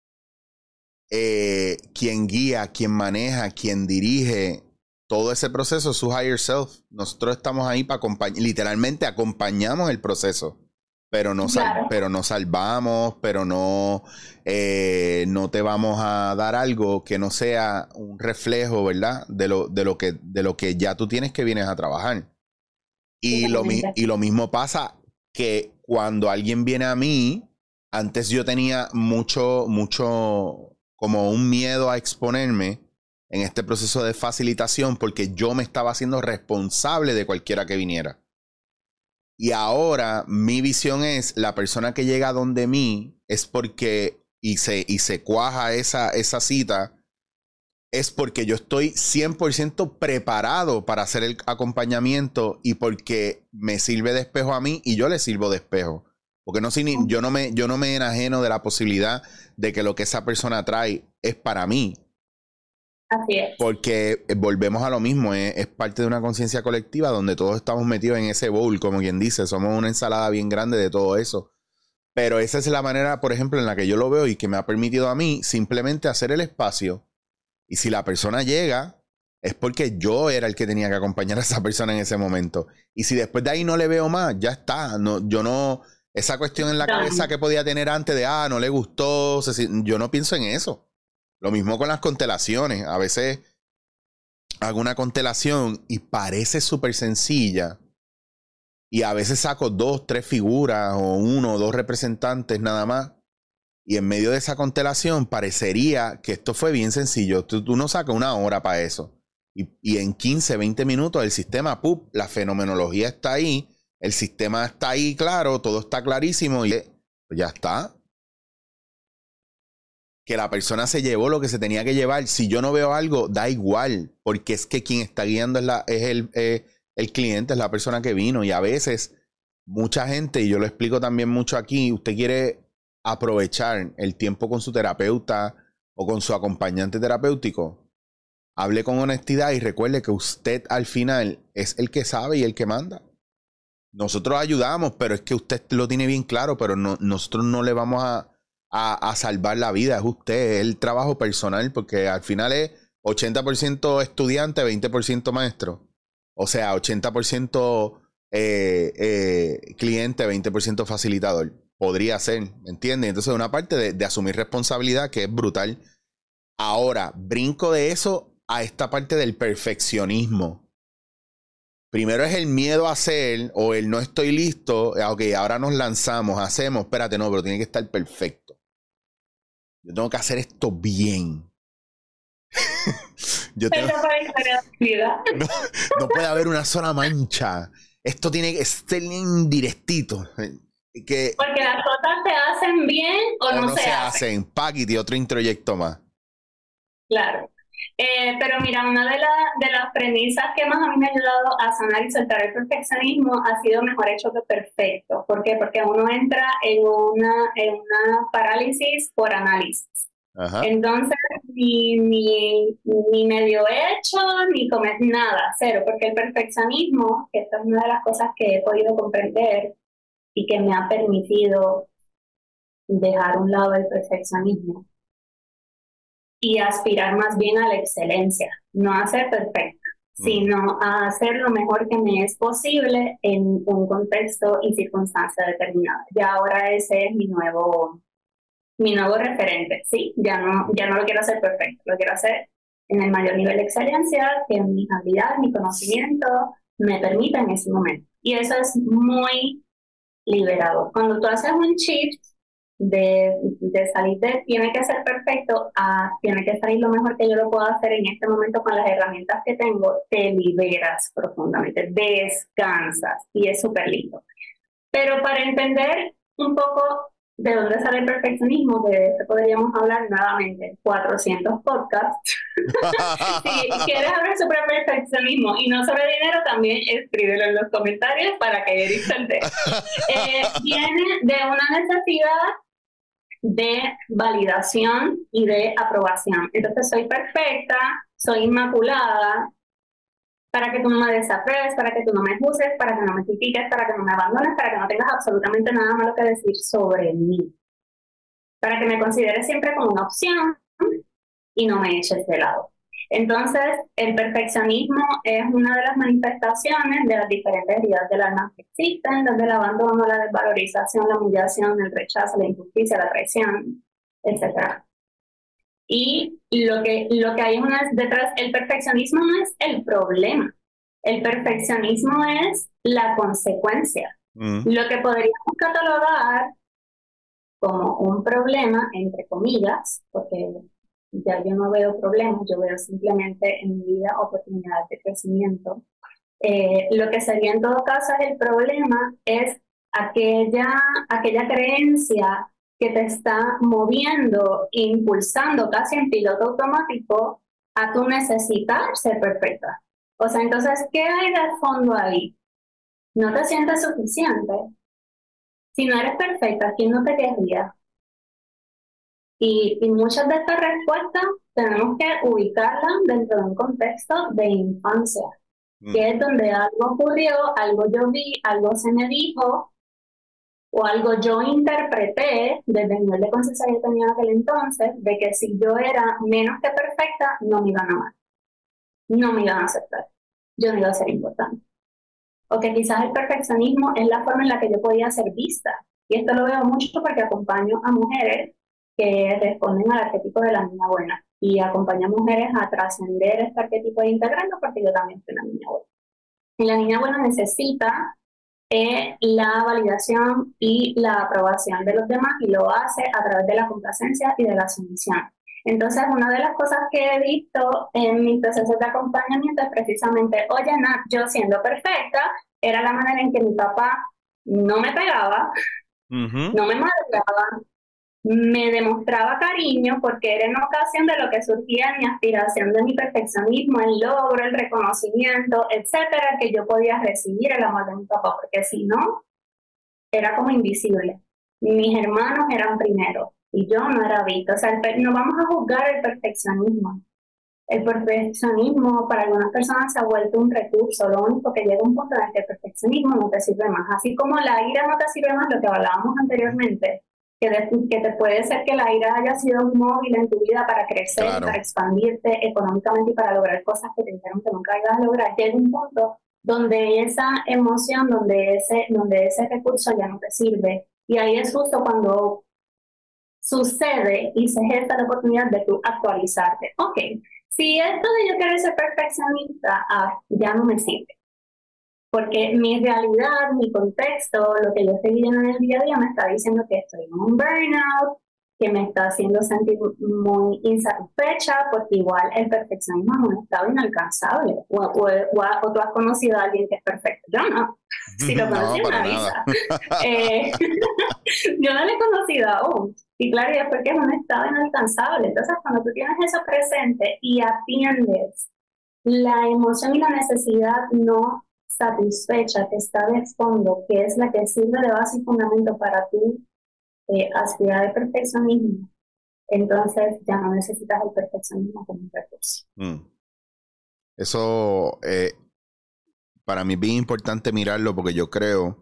eh, quien guía, quien maneja, quien dirige todo ese proceso es su higher self. Nosotros estamos ahí para acompañar, literalmente acompañamos el proceso, pero no, sal, claro. pero no salvamos, pero no, eh, no te vamos a dar algo que no sea un reflejo, ¿verdad? De lo, de lo que, de lo que ya tú tienes que vienes a trabajar. Y lo, y lo mismo pasa que cuando alguien viene a mí, antes yo tenía mucho, mucho, como un miedo a exponerme en este proceso de facilitación porque yo me estaba haciendo responsable de cualquiera que viniera. Y ahora mi visión es, la persona que llega donde mí es porque, y se, y se cuaja esa, esa cita, es porque yo estoy cien por ciento preparado para hacer el acompañamiento y porque me sirve de espejo a mí y yo le sirvo de espejo. Porque no, yo, no me, yo no me enajeno de la posibilidad de que lo que esa persona trae es para mí. Así es. Porque volvemos a lo mismo, es, es parte de una conciencia colectiva donde todos estamos metidos en ese bowl, como quien dice, somos una ensalada bien grande de todo eso. Pero esa es la manera, por ejemplo, en la que yo lo veo y que me ha permitido a mí simplemente hacer el espacio. Y si la persona llega, es porque yo era el que tenía que acompañar a esa persona en ese momento. Y si después de ahí no le veo más, ya está. No, yo no, esa cuestión en la cabeza que podía tener antes de, ah, no le gustó, yo no pienso en eso. Lo mismo con las constelaciones. A veces hago una constelación y parece súper sencilla. Y a veces saco dos, tres figuras o uno o dos representantes nada más. Y en medio de esa constelación parecería que esto fue bien sencillo. Tú, tú no sacas una hora para eso. Y, y en quince, veinte minutos el sistema, ¡pup!, la fenomenología está ahí. El sistema está ahí, claro, todo está clarísimo. Y pues ya está. Que la persona se llevó lo que se tenía que llevar. Si yo no veo algo, da igual. Porque es que quien está guiando es, la, es el, eh, el cliente, es la persona que vino. Y a veces, mucha gente, y yo lo explico también mucho aquí, usted quiere aprovechar el tiempo con su terapeuta o con su acompañante terapéutico, hable con honestidad y recuerde que usted al final es el que sabe y el que manda. Nosotros ayudamos, pero es que usted lo tiene bien claro, pero no, nosotros no le vamos a, a, a salvar la vida, es usted, es el trabajo personal, porque al final es ochenta por ciento estudiante, veinte por ciento maestro. O sea, ochenta por ciento eh, eh, cliente, veinte por ciento facilitador. Podría ser, ¿me entiendes? Entonces, una parte de, de asumir responsabilidad que es brutal. Ahora, brinco de eso a esta parte del perfeccionismo. Primero es el miedo a hacer o el no estoy listo. Ok, ahora nos lanzamos, hacemos. Espérate, no, pero tiene que estar perfecto. Yo tengo que hacer esto bien. Yo tengo... no, no puede haber una sola mancha. Esto tiene que ser bien directito. Que... Porque las cosas se hacen bien o, o no, no se, se hacen. hacen. Paquiti y otro introyecto más. Claro. Eh, pero mira, una de, la, de las premisas que más a mí me ha ayudado a sanar y soltar el perfeccionismo ha sido mejor hecho que perfecto. ¿Por qué? Porque uno entra en una, en una parálisis por análisis. Ajá. Entonces, ni, ni, ni medio hecho, ni comer nada, cero. Porque el perfeccionismo, que esta es una de las cosas que he podido comprender y que me ha permitido dejar a un lado el perfeccionismo y aspirar más bien a la excelencia, no a ser perfecta, mm. sino a hacer lo mejor que me es posible en un contexto y circunstancia determinada. Ya ahora ese es mi nuevo, mi nuevo referente, ¿sí? Ya no, ya no lo quiero hacer perfecto, lo quiero hacer en el mayor nivel de excelencia que mis habilidades, mi conocimiento me permitan en ese momento. Y eso es muy liberador. Cuando tú haces un shift de, de salir de tiene que ser perfecto a tiene que salir lo mejor que yo lo puedo hacer en este momento con las herramientas que tengo, te liberas profundamente, descansas y es súper lindo. Pero para entender un poco de dónde sale el perfeccionismo, de eso podríamos hablar nuevamente, cuatrocientos podcasts. Si quieres hablar sobre perfeccionismo y no sobre dinero, también escríbelo en los comentarios para que Eric se entere. Eh, viene de una necesidad de validación y de aprobación. Entonces soy perfecta, soy inmaculada, para que tú no me desapruebes, para que tú no me juzgues, para que no me critiques, para que no me abandones, para que no tengas absolutamente nada malo que decir sobre mí, para que me consideres siempre como una opción y no me eches de lado. Entonces, el perfeccionismo es una de las manifestaciones de las diferentes heridas del alma que existen, desde el abandono, la desvalorización, la humillación, el rechazo, la injusticia, la traición, etcétera. Y lo que, lo que hay una, detrás, el perfeccionismo no es el problema, el perfeccionismo es la consecuencia. Mm. Lo que podríamos catalogar como un problema, entre comillas, porque ya yo no veo problemas, yo veo simplemente en mi vida oportunidades de crecimiento. Eh, lo que sería en todo caso es el problema, es aquella, aquella creencia que te está moviendo, impulsando casi en piloto automático a tu necesitar ser perfecta. O sea, entonces, ¿qué hay de fondo ahí? No te sientes suficiente. Si no eres perfecta, ¿quién no te querría? Y, y muchas de estas respuestas tenemos que ubicarlas dentro de un contexto de infancia, mm. que es donde algo ocurrió, algo yo vi, algo se me dijo, o algo yo interpreté desde el nivel de conciencia que tenía en aquel entonces, de que si yo era menos que perfecta, no me iban a amar, no me iban a aceptar, yo no iba a ser importante. O que quizás el perfeccionismo es la forma en la que yo podía ser vista. Y esto lo veo mucho porque acompaño a mujeres que responden al arquetipo de la niña buena. Y acompaño a mujeres a trascender este arquetipo de integrarlo porque yo también soy una niña buena. Y la niña buena necesita eh, la validación y la aprobación de los demás y lo hace a través de la complacencia y de la sumisión. Entonces, una de las cosas que he visto en mis procesos de acompañamiento es precisamente, oye, Nat, yo siendo perfecta, era la manera en que mi papá no me pegaba, uh-huh. no me madreaba, me demostraba cariño porque era en ocasión de lo que surgía mi aspiración de mi perfeccionismo, el logro, el reconocimiento, etcétera, que yo podía recibir el amor de mi papá, porque si no, era como invisible. mis hermanos eran primero y yo no era vista. O sea, el, no vamos a juzgar el perfeccionismo. El perfeccionismo para algunas personas se ha vuelto un recurso, lo único que llega a un punto en el que el perfeccionismo no te sirve más. Así como la ira no te sirve más, lo que hablábamos anteriormente, que, de, que te puede ser que la ira haya sido un móvil en tu vida para crecer, Claro. para expandirte económicamente y para lograr cosas que te dijeron que nunca ibas a lograr. Llega un punto donde esa emoción, donde ese, donde ese recurso ya no te sirve. Y ahí es justo cuando sucede y se gesta la oportunidad de tú actualizarte. Ok, si esto de yo querer ser perfeccionista ah, ya no me sirve, porque mi realidad, mi contexto, lo que yo estoy viviendo en el día a día me está diciendo que estoy en un burnout, que me está haciendo sentir muy insatisfecha, porque igual el perfeccionismo es un estado inalcanzable. O, o, o, o tú has conocido a alguien que es perfecto. Yo no. Si lo conocí, no, me avisa. eh, yo no lo he conocido aún. Y claro, y es porque es un estado inalcanzable. Entonces, cuando tú tienes eso presente y atiendes la emoción y la necesidad no satisfecha que está de fondo, que es la que sirve de base y fundamento para tu eh, aspirar al perfeccionismo, entonces ya no necesitas el perfeccionismo como un recurso. Mm. Eso eh, para mí es bien importante mirarlo porque yo creo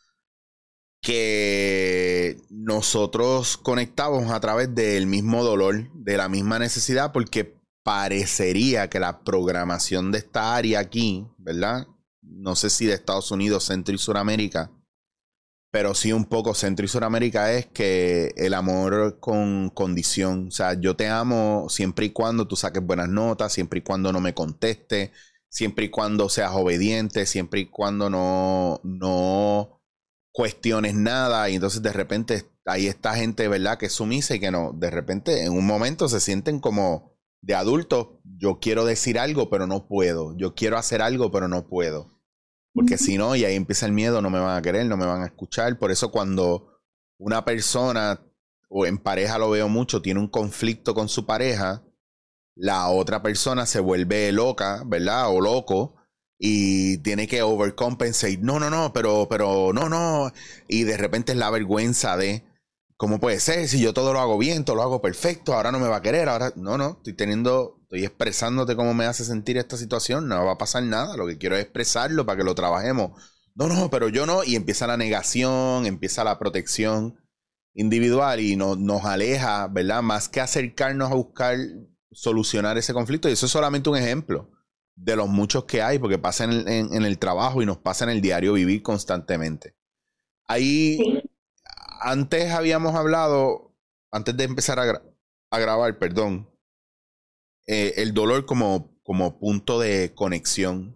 que nosotros conectamos a través del mismo dolor, de la misma necesidad, porque parecería que la programación de esta área aquí, ¿verdad? No sé si de Estados Unidos, Centro y Suramérica, pero sí un poco Centro y Suramérica es que el amor con condición, o sea, yo te amo siempre y cuando tú saques buenas notas, siempre y cuando no me contestes, siempre y cuando seas obediente, siempre y cuando no, no cuestiones nada, y entonces de repente hay esta gente, ¿verdad?, que es sumisa y que no, de repente en un momento se sienten como de adultos, yo quiero decir algo pero no puedo, yo quiero hacer algo pero no puedo, porque uh-huh. Si no, y ahí empieza el miedo, no me van a querer, no me van a escuchar. Por eso cuando una persona, o en pareja lo veo mucho, tiene un conflicto con su pareja, la otra persona se vuelve loca, ¿verdad?, o loco, y tiene que overcompensate. No, no, no, pero, pero, no, no. Y de repente es la vergüenza de, ¿cómo puede ser? Si yo todo lo hago bien, todo lo hago perfecto, ahora no me va a querer, ahora, no, no, estoy teniendo, estoy expresándote cómo me hace sentir esta situación, no va a pasar nada, lo que quiero es expresarlo para que lo trabajemos. No, no, pero yo no, y empieza la negación, empieza la protección individual y no, nos aleja, ¿verdad? Más que acercarnos a buscar solucionar ese conflicto, y eso es solamente un ejemplo de los muchos que hay, porque pasa en el, en, en el trabajo y nos pasa en el diario vivir constantemente. Ahí, sí. Antes habíamos hablado, antes de empezar a, gra a grabar, perdón, eh, el dolor como, como punto de conexión.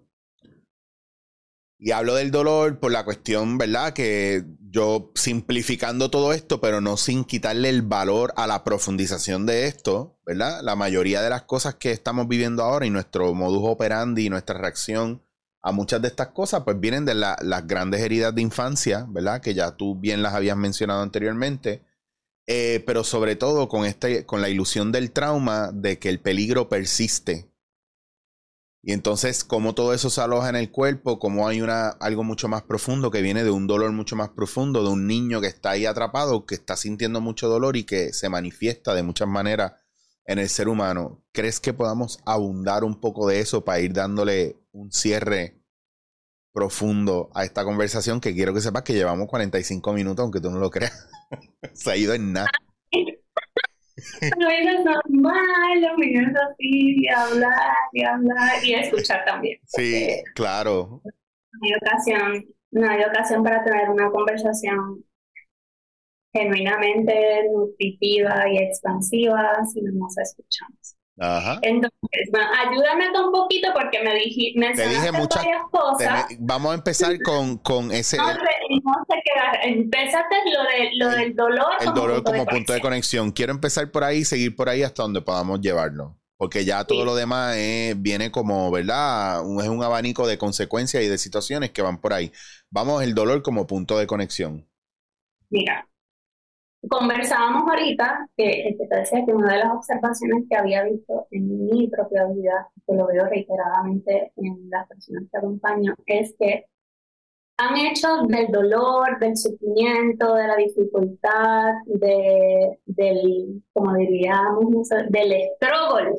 Y hablo del dolor por la cuestión, ¿verdad?, que yo simplificando todo esto, pero no sin quitarle el valor a la profundización de esto, ¿verdad? La mayoría de las cosas que estamos viviendo ahora y nuestro modus operandi y nuestra reacción a muchas de estas cosas, pues vienen de la, las grandes heridas de infancia, ¿verdad?, que ya tú bien las habías mencionado anteriormente, eh, pero sobre todo con, este, con la ilusión del trauma de que el peligro persiste. Y entonces, como todo eso se aloja en el cuerpo, como hay una, algo mucho más profundo que viene de un dolor mucho más profundo, de un niño que está ahí atrapado, que está sintiendo mucho dolor y que se manifiesta de muchas maneras en el ser humano. ¿Crees que podamos abundar un poco de eso para ir dándole un cierre profundo a esta conversación? Que quiero que sepas que llevamos cuarenta y cinco minutos, aunque tú no lo creas. Se ha ido en nada. Pero eso es normal, los niños así, y hablar, y hablar, y escuchar también. Sí, claro. No hay ocasión, no hay ocasión para tener una conversación genuinamente nutritiva y expansiva si no nos escuchamos. Ajá. Entonces, bueno, ayúdame un poquito porque me dije, mencionaste te dije muchas varias cosas. Te, vamos a empezar con, con ese... No, no sé qué, empezaste lo, de, lo el, del dolor el como, dolor punto, como de punto de conexión. Quiero empezar por ahí y seguir por ahí hasta donde podamos llevarlo. Porque ya todo sí. Lo demás es, viene como, ¿verdad? Un, es un abanico de consecuencias y de situaciones que van por ahí. Vamos, el dolor como punto de conexión. Mira, conversábamos ahorita que, que te decía que una de las observaciones que había visto en mi propia vida, que lo veo reiteradamente en las personas que acompaño, es que han hecho del dolor, del sufrimiento, de la dificultad, de, del, como diríamos, del struggle,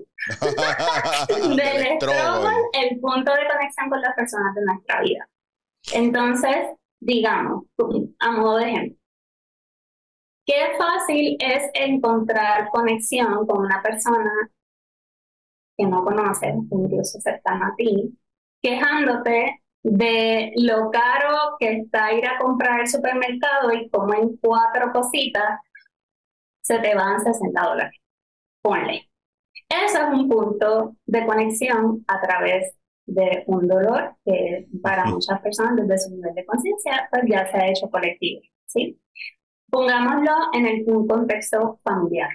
del struggle, el punto de conexión con las personas de nuestra vida. Entonces, digamos, a modo de ejemplo, qué fácil es encontrar conexión con una persona que no conoces, incluso cercana a ti, quejándote de lo caro que está ir a comprar al supermercado y como en cuatro cositas se te van sesenta dólares. Ponle. Eso es un punto de conexión a través de un dolor que para muchas personas desde su nivel de conciencia pues ya se ha hecho colectivo, ¿sí? Pongámoslo en el, un contexto familiar.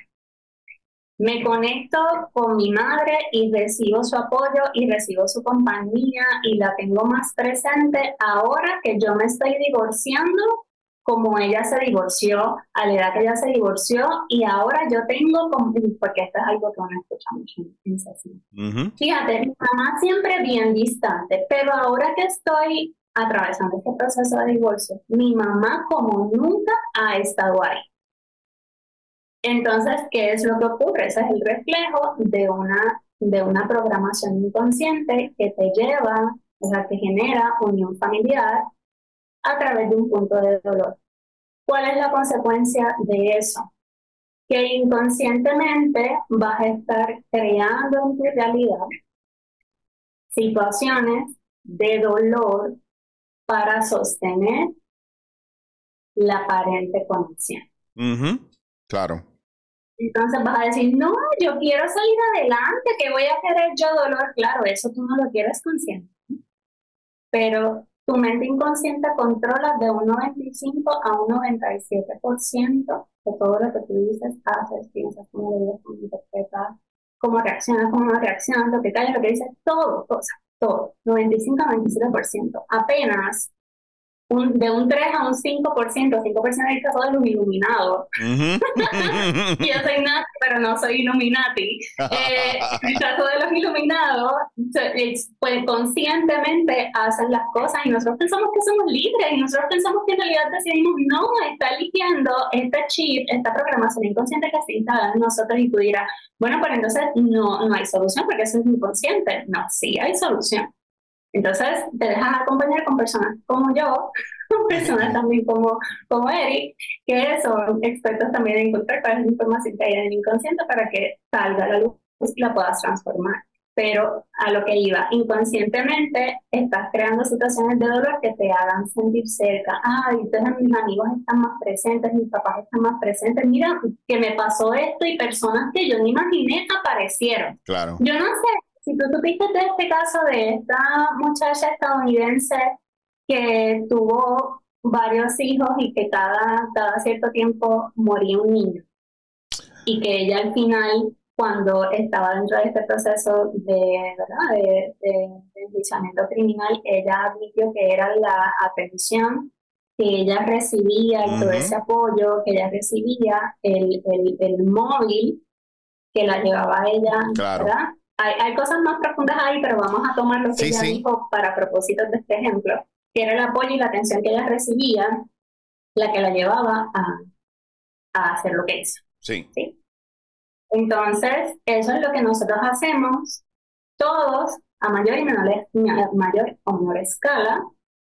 Me conecto con mi madre y recibo su apoyo y recibo su compañía y la tengo más presente ahora que yo me estoy divorciando como ella se divorció, a la edad que ella se divorció, y ahora yo tengo, porque esto es algo que uno escucha mucho en sesión. Uh-huh. Fíjate, mi mamá siempre bien distante, pero ahora que estoy atravesando este proceso de divorcio, mi mamá como nunca ha estado ahí. Entonces, ¿qué es lo que ocurre? Ese es el reflejo de una, de una programación inconsciente que te lleva, o sea, que genera unión familiar a través de un punto de dolor. ¿Cuál es la consecuencia de eso? Que inconscientemente vas a estar creando en tu realidad situaciones de dolor para sostener la aparente conexión. Uh-huh. Claro. Entonces vas a decir, no, yo quiero salir adelante, que voy a querer yo dolor. Claro, eso tú no lo quieres consciente. Pero tu mente inconsciente controla de un noventa y cinco a un noventa y siete por ciento de todo lo que tú dices, haces, piensas, cómo lo vives, cómo interpretas, cómo reaccionas, cómo no reaccionas, lo que callas, lo que dices, todo, cosa, todo. noventa y cinco a noventa y siete por ciento. Apenas un, de un tres a un cinco por ciento, cinco por ciento en el caso de los iluminados. Uh-huh. Yo soy nazi, pero no soy Illuminati. Eh, en el caso de los iluminados, pues conscientemente hacen las cosas y nosotros pensamos que somos libres y nosotros pensamos que en realidad decidimos, no, está eligiendo este chip, esta programación inconsciente que se instala en nosotros y tú dirás, bueno, pero entonces no, no hay solución porque eso es inconsciente. No, sí hay solución. Entonces, te dejas acompañar con personas como yo, personas también como, como Eric, que son expertos también en encontrar cuál es la información que hay en el inconsciente para que salga a la luz y la puedas transformar. Pero a lo que iba, inconscientemente estás creando situaciones de dolor que te hagan sentir cerca. Ay, entonces mis amigos están más presentes, mis papás están más presentes. Mira, que me pasó esto y personas que yo ni imaginé aparecieron. Claro. Yo no sé. Si tú supiste de este caso de esta muchacha estadounidense que tuvo varios hijos y que cada, cada cierto tiempo moría un niño y que ella al final, cuando estaba dentro de este proceso de, ¿verdad? de, de, de enjuiciamiento criminal, ella admitió que era la atención que ella recibía y uh-huh. todo ese apoyo que ella recibía, el, el, el móvil que la llevaba a ella, claro. ¿verdad? Hay, hay cosas más profundas ahí, pero vamos a tomar lo que sí, ella sí. dijo para propósitos de este ejemplo, que era el apoyo y la atención que ella recibía, la que la llevaba a, a hacer lo que hizo. Sí. ¿Sí? Entonces, eso es lo que nosotros hacemos todos a mayor y menor, mayor o menor escala,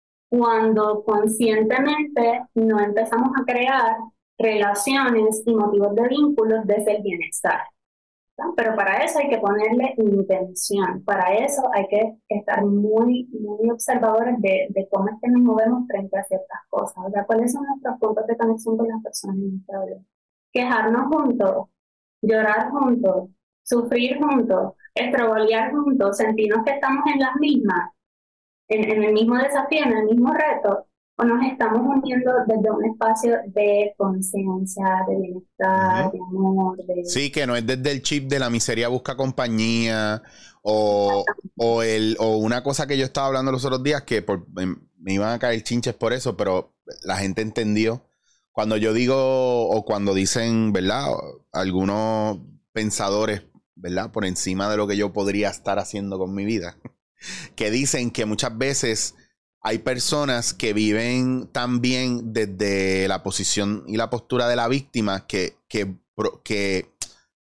cuando conscientemente no empezamos a crear relaciones y motivos de vínculos desde el bienestar. Pero para eso hay que ponerle intención, para eso hay que estar muy, muy observadores de, de cómo es que nos movemos frente a ciertas cosas, o sea, cuáles son nuestros puntos de conexión con las personas en nuestra vida. Quejarnos juntos, llorar juntos, sufrir juntos, estrobolear juntos, sentirnos que estamos en las mismas, en, en el mismo desafío, en el mismo reto, o nos estamos uniendo desde un espacio de conciencia, de bienestar, uh-huh. de amor. De... Sí, que no es desde el chip de la miseria busca compañía o, o, el, o una cosa que yo estaba hablando los otros días que por, me iban a caer chinches por eso, pero la gente entendió. Cuando yo digo o cuando dicen, ¿verdad? Algunos pensadores, ¿verdad? Por encima de lo que yo podría estar haciendo con mi vida, que dicen que muchas veces hay personas que viven también desde la posición y la postura de la víctima que, que, que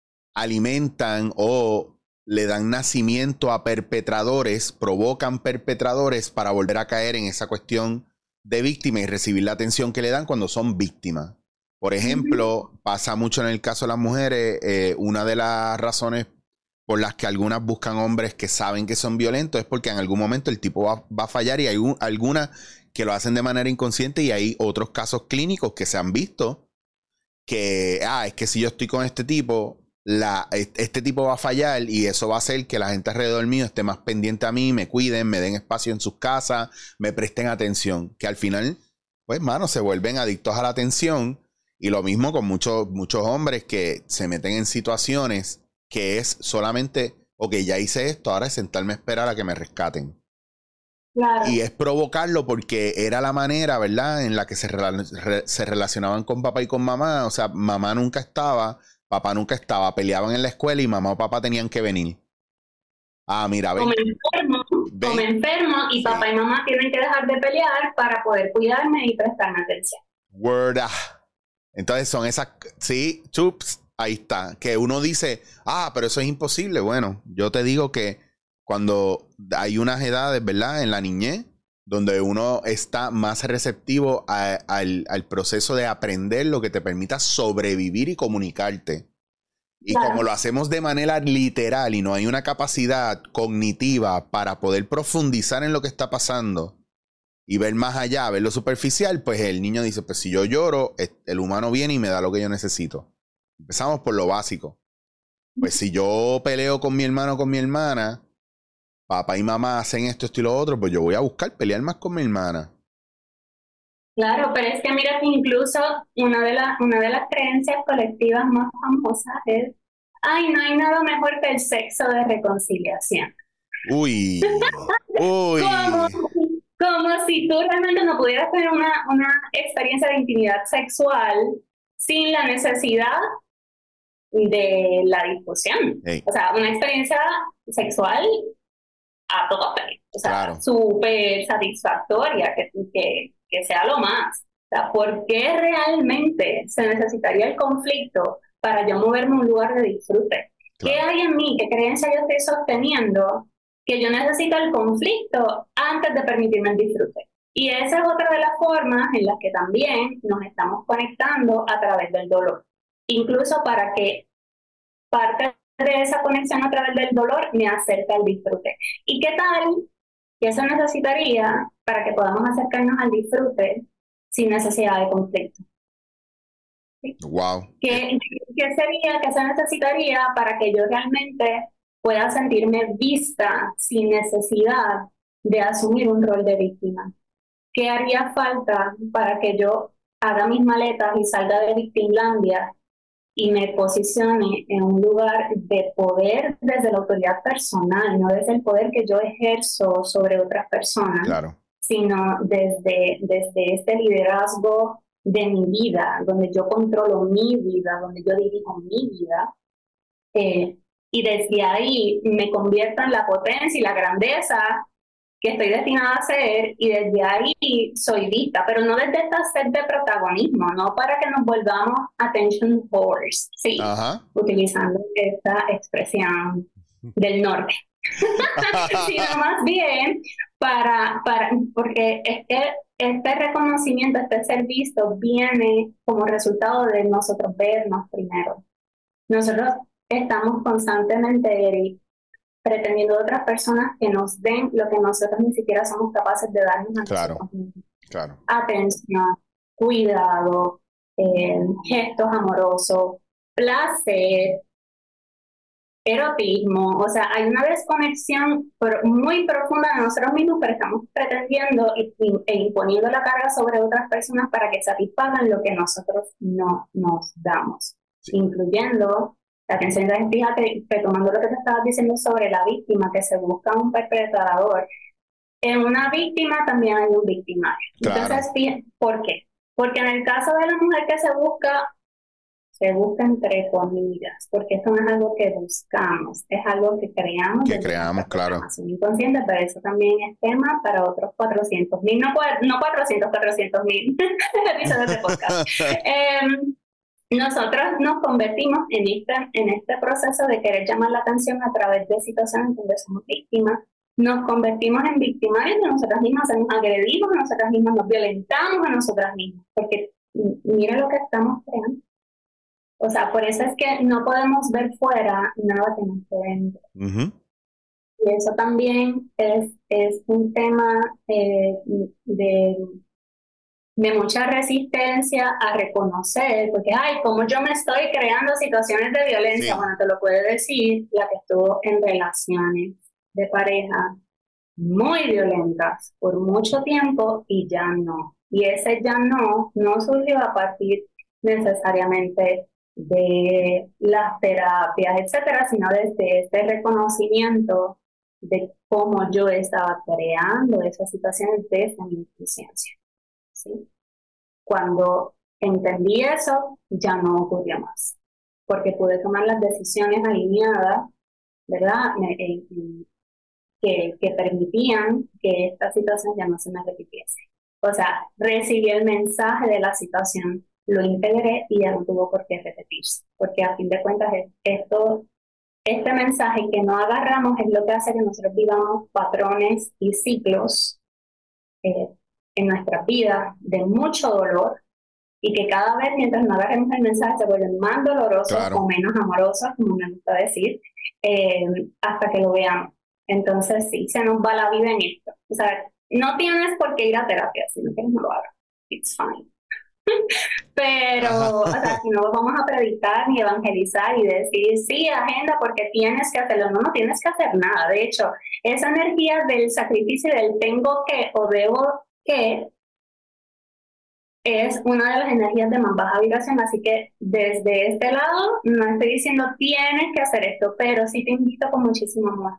alimentan o le dan nacimiento a perpetradores, provocan perpetradores para volver a caer en esa cuestión de víctima y recibir la atención que le dan cuando son víctimas. Por ejemplo, uh-huh. pasa mucho en el caso de las mujeres, eh, una de las razones por las que algunas buscan hombres que saben que son violentos es porque en algún momento el tipo va, va a fallar y hay un, algunas que lo hacen de manera inconsciente y hay otros casos clínicos que se han visto que, ah, es que si yo estoy con este tipo, la, este tipo va a fallar y eso va a hacer que la gente alrededor mío esté más pendiente a mí, me cuiden, me den espacio en sus casas, me presten atención, que al final, pues, mano, se vuelven adictos a la atención. Y lo mismo con muchos, muchos hombres que se meten en situaciones que es solamente, ok, ya hice esto, ahora es sentarme a esperar a que me rescaten. Claro. Y es provocarlo porque era la manera, ¿verdad?, en la que se, re, se relacionaban con papá y con mamá. O sea, mamá nunca estaba, papá nunca estaba, peleaban en la escuela y mamá o papá tenían que venir. Ah, mira, ven. O me enfermo, ven. o me enfermo y sí. papá y mamá tienen que dejar de pelear para poder cuidarme y prestarme atención. Word. Entonces son esas, sí, chups, ahí está. Que uno dice, ah, pero eso es imposible. Bueno, yo te digo que cuando hay unas edades, ¿verdad?, en la niñez, donde uno está más receptivo a, a, al, al proceso de aprender lo que te permita sobrevivir y comunicarte. Y claro. como lo hacemos de manera literal y no hay una capacidad cognitiva para poder profundizar en lo que está pasando y ver más allá, ver lo superficial, pues el niño dice, pues si yo lloro, el humano viene y me da lo que yo necesito. Empezamos por lo básico. Pues si yo peleo con mi hermano o con mi hermana, papá y mamá hacen esto, esto y lo otro, pues yo voy a buscar pelear más con mi hermana. Claro, pero es que mira que incluso una de, la, una de las creencias colectivas más famosas es, ay, no hay nada mejor que el sexo de reconciliación. Uy, uy. Como, como si tú realmente no pudieras tener una, una experiencia de intimidad sexual sin la necesidad de la discusión. Hey. O sea, una experiencia sexual a tope, o sea, claro. súper satisfactoria, que, que, que sea lo más. O sea, ¿por qué realmente se necesitaría el conflicto para yo moverme a un lugar de disfrute? Claro. ¿Qué hay en mí? ¿Qué creencia yo estoy sosteniendo? Que yo necesito el conflicto antes de permitirme el disfrute. Y esa es otra de las formas en las que también nos estamos conectando a través del dolor. Incluso para que parte de esa conexión a través del dolor me acerca al disfrute. ¿Y qué tal que eso necesitaría para que podamos acercarnos al disfrute sin necesidad de conflicto? ¿Sí? Wow. ¿Qué, ¿Qué sería, qué se necesitaría para que yo realmente pueda sentirme vista sin necesidad de asumir un rol de víctima? ¿Qué haría falta para que yo haga mis maletas y salga de Victimlandia y me posicione en un lugar de poder desde la autoridad personal, no desde el poder que yo ejerzo sobre otras personas, claro. sino desde, desde este liderazgo de mi vida, donde yo controlo mi vida, donde yo dirijo mi vida, eh, y desde ahí me convierto en la potencia y la grandeza que estoy destinada a ser, y desde ahí soy vista, pero no desde esta sed de protagonismo, no para que nos volvamos attention whores, sí, Ajá. utilizando esta expresión del norte, sino más bien para, para, porque es que este reconocimiento, este ser visto viene como resultado de nosotros vernos primero. Nosotros estamos constantemente pretendiendo de otras personas que nos den lo que nosotros ni siquiera somos capaces de darnos a claro, nosotros mismos. Claro. Atención, cuidado, eh, gestos amorosos, placer, erotismo. O sea, hay una desconexión muy profunda de nosotros mismos, pero estamos pretendiendo e imponiendo la carga sobre otras personas para que satisfagan lo que nosotros no nos damos, sí. incluyendo la atención. Entonces, fíjate, retomando lo que te estabas diciendo sobre la víctima, que se busca un perpetrador. En una víctima también hay un victimario. Claro. Entonces, ¿por qué? Porque en el caso de la mujer que se busca Se busca entre comillas, porque esto no es algo que buscamos, es algo que creamos Que desde creamos, nuestra claro. programación inconsciente, pero eso también es tema para otros cuatrocientos mil, no, no cuatrocientos, cuatrocientos mil episodios de podcast. eh, nosotros nos convertimos en este, en este proceso de querer llamar la atención a través de situaciones donde somos víctimas. Nos convertimos en victimarios de nosotras mismas, nos agredimos a nosotras mismas, nos violentamos a nosotras mismas, porque mira lo que estamos creando. O sea, por eso es que no podemos ver fuera nada que nos quede dentro. Uh-huh. Y eso también es, es un tema eh, de, de mucha resistencia a reconocer, porque, ay, como yo me estoy creando situaciones de violencia, sí. Bueno, te lo puede decir la que estuvo en relaciones de pareja muy violentas por mucho tiempo y ya no. Y ese ya no, no surgió a partir necesariamente de las terapias, etcétera, sino desde este reconocimiento de cómo yo estaba creando esas situaciones desde mi inconsciencia, ¿sí? Cuando entendí eso, ya no ocurrió más, porque pude tomar las decisiones alineadas, ¿verdad?, que, que permitían que esta situación ya no se me repitiese. O sea, recibí el mensaje de la situación, lo integré y ya no tuvo por qué repetirse, porque a fin de cuentas esto, este mensaje que no agarramos es lo que hace que nosotros vivamos patrones y ciclos eh, en nuestra vida de mucho dolor y que cada vez mientras no agarremos el mensaje se vuelven más dolorosos, claro, o menos amorosos, como me gusta decir, eh, hasta que lo veamos. Entonces sí, se nos va la vida en esto. O sea, no tienes por qué ir a terapia, sino que no lo hagas. It's fine. Pero, o sea, si no vamos a predicar ni evangelizar y decir, sí, agenda porque tienes que hacerlo. No, no tienes que hacer nada. De hecho, esa energía del sacrificio y del tengo que o debo que es una de las energías de más baja vibración. Así que desde este lado, no estoy diciendo tienes que hacer esto, pero sí te invito con muchísimo amor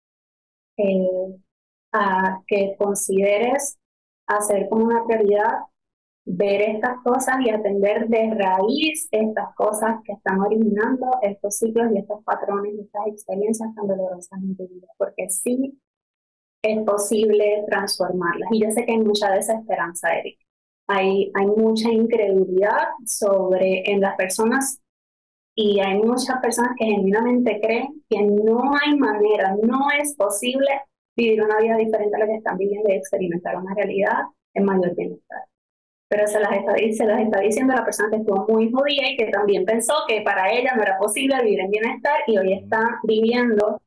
eh, a que consideres hacer como una prioridad ver estas cosas y atender de raíz estas cosas que están originando estos ciclos y estos patrones y estas experiencias tan dolorosas en tu vida, porque sí es posible transformarlas. Y yo sé que hay mucha desesperanza, Eric. Hay, hay mucha incredulidad sobre en las personas y hay muchas personas que genuinamente creen que no hay manera, no es posible vivir una vida diferente a la que están viviendo y experimentar una realidad en mayor bienestar. Pero se las, está, se las está diciendo la persona que estuvo muy jodida y que también pensó que para ella no era posible vivir en bienestar y hoy está viviendo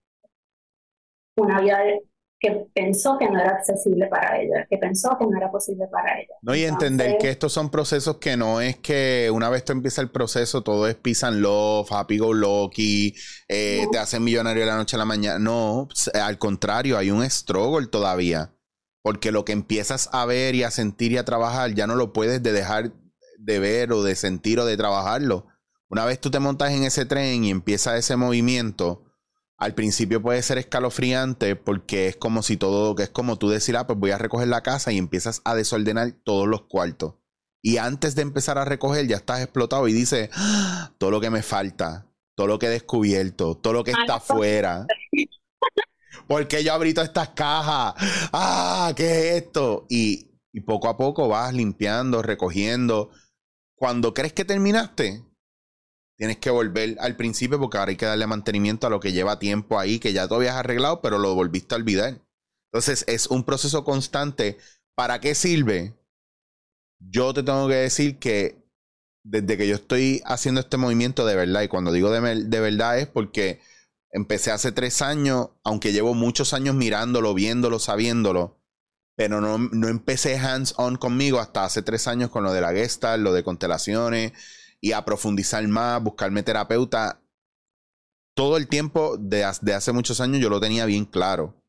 una vida de, que pensó que no era accesible para ella, que pensó que no era posible para ella. No, y Entonces, entender que estos son procesos que no es que una vez tú empiezas el proceso todo es peace and love, happy go lucky, eh, no. te hacen millonario de la noche a la mañana. No, al contrario, hay un struggle todavía. Porque lo que empiezas a ver y a sentir y a trabajar ya no lo puedes de dejar de ver o de sentir o de trabajarlo. Una vez tú te montas en ese tren y empieza ese movimiento, al principio puede ser escalofriante porque es como si todo, que es como tú decir, ah, pues voy a recoger la casa y empiezas a desordenar todos los cuartos. Y antes de empezar a recoger ya estás explotado y dices, ¡ah! Todo lo que me falta, todo lo que he descubierto, todo lo que está afuera. ¿Por qué yo abrí todas estas cajas? ¡Ah! ¿Qué es esto? Y, y poco a poco vas limpiando, recogiendo. Cuando crees que terminaste, tienes que volver al principio porque ahora hay que darle mantenimiento a lo que lleva tiempo ahí, que ya tú habías arreglado, pero lo volviste a olvidar. Entonces es un proceso constante. ¿Para qué sirve? Yo te tengo que decir que desde que yo estoy haciendo este movimiento de verdad, y cuando digo de, de verdad es porque empecé hace tres años, aunque llevo muchos años mirándolo, viéndolo, sabiéndolo, pero no, no empecé hands-on conmigo hasta hace tres años con lo de la Gestalt, lo de constelaciones, y a profundizar más, buscarme terapeuta. Todo el tiempo de, de hace muchos años yo lo tenía bien claro,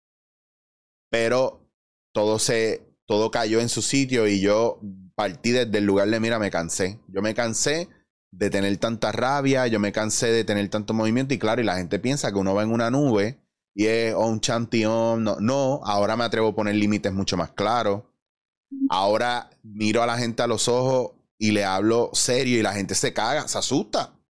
pero todo, se, todo cayó en su sitio y yo partí desde el lugar de, mira, me cansé. Yo me cansé de tener tanta rabia, yo me cansé de tener tanto movimiento y claro, y la gente piensa que uno va en una nube y es oh, un champion. No, no, ahora me atrevo a poner límites mucho más claros. Ahora miro a la gente a los ojos y le hablo serio y la gente se caga, se asusta.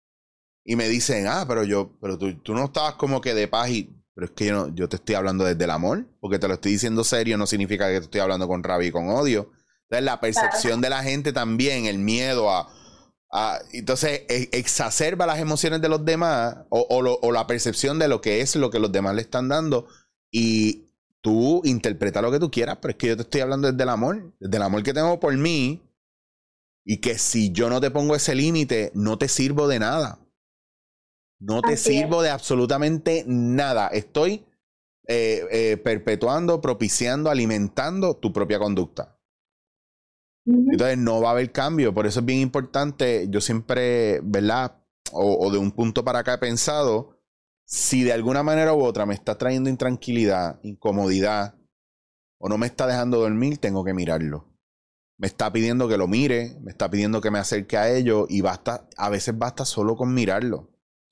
y me dicen, ah, pero yo, pero tú, tú no estabas como que de paz y, pero es que yo, no, yo te estoy hablando desde el amor, porque te lo estoy diciendo serio, no significa que te estoy hablando con rabia y con odio. Entonces la percepción de la gente también, el miedo a, a entonces e, exacerba las emociones de los demás o, o, lo, o la percepción de lo que es lo que los demás le están dando y tú interpreta lo que tú quieras, pero es que yo te estoy hablando desde el amor, desde el amor que tengo por mí y que si yo no te pongo ese límite, no te sirvo de nada. No te Así sirvo es. de absolutamente nada. Estoy eh, eh, perpetuando, propiciando, alimentando tu propia conducta. Uh-huh. Entonces no va a haber cambio. Por eso es bien importante. Yo siempre, ¿verdad? O, o de un punto para acá he pensado, si de alguna manera u otra me está trayendo intranquilidad, incomodidad, o no me está dejando dormir, tengo que mirarlo. Me está pidiendo que lo mire, me está pidiendo que me acerque a ello y basta, a veces basta solo con mirarlo.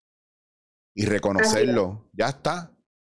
Y reconocerlo, ya está.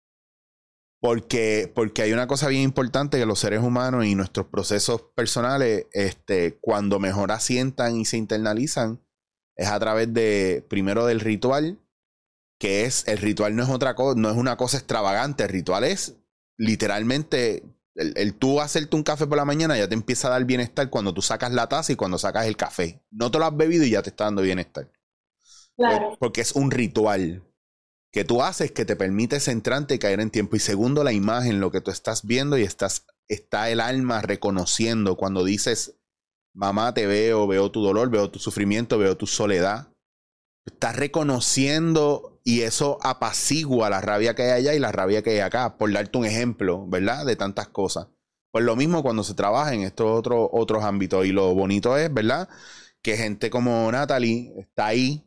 Porque, porque hay una cosa bien importante que los seres humanos y nuestros procesos personales, este, cuando mejor asientan y se internalizan, es a través de, primero del ritual, que es, el ritual no es otra cosa, no es una cosa extravagante, el ritual es literalmente, el, el tú hacerte un café por la mañana ya te empieza a dar bienestar cuando tú sacas la taza y cuando sacas el café. No te lo has bebido y ya te está dando bienestar. Claro. Porque es un ritual que tú haces que te permite centrarte y caer en tiempo. Y segundo, la imagen, lo que tú estás viendo y estás, está el alma reconociendo cuando dices, mamá, te veo, veo tu dolor, veo tu sufrimiento, veo tu soledad. Estás reconociendo y eso apacigua la rabia que hay allá y la rabia que hay acá, por darte un ejemplo, ¿verdad? De tantas cosas. Pues lo mismo cuando se trabaja en estos otros, otros ámbitos. Y lo bonito es, ¿verdad? Que gente como Natalie está ahí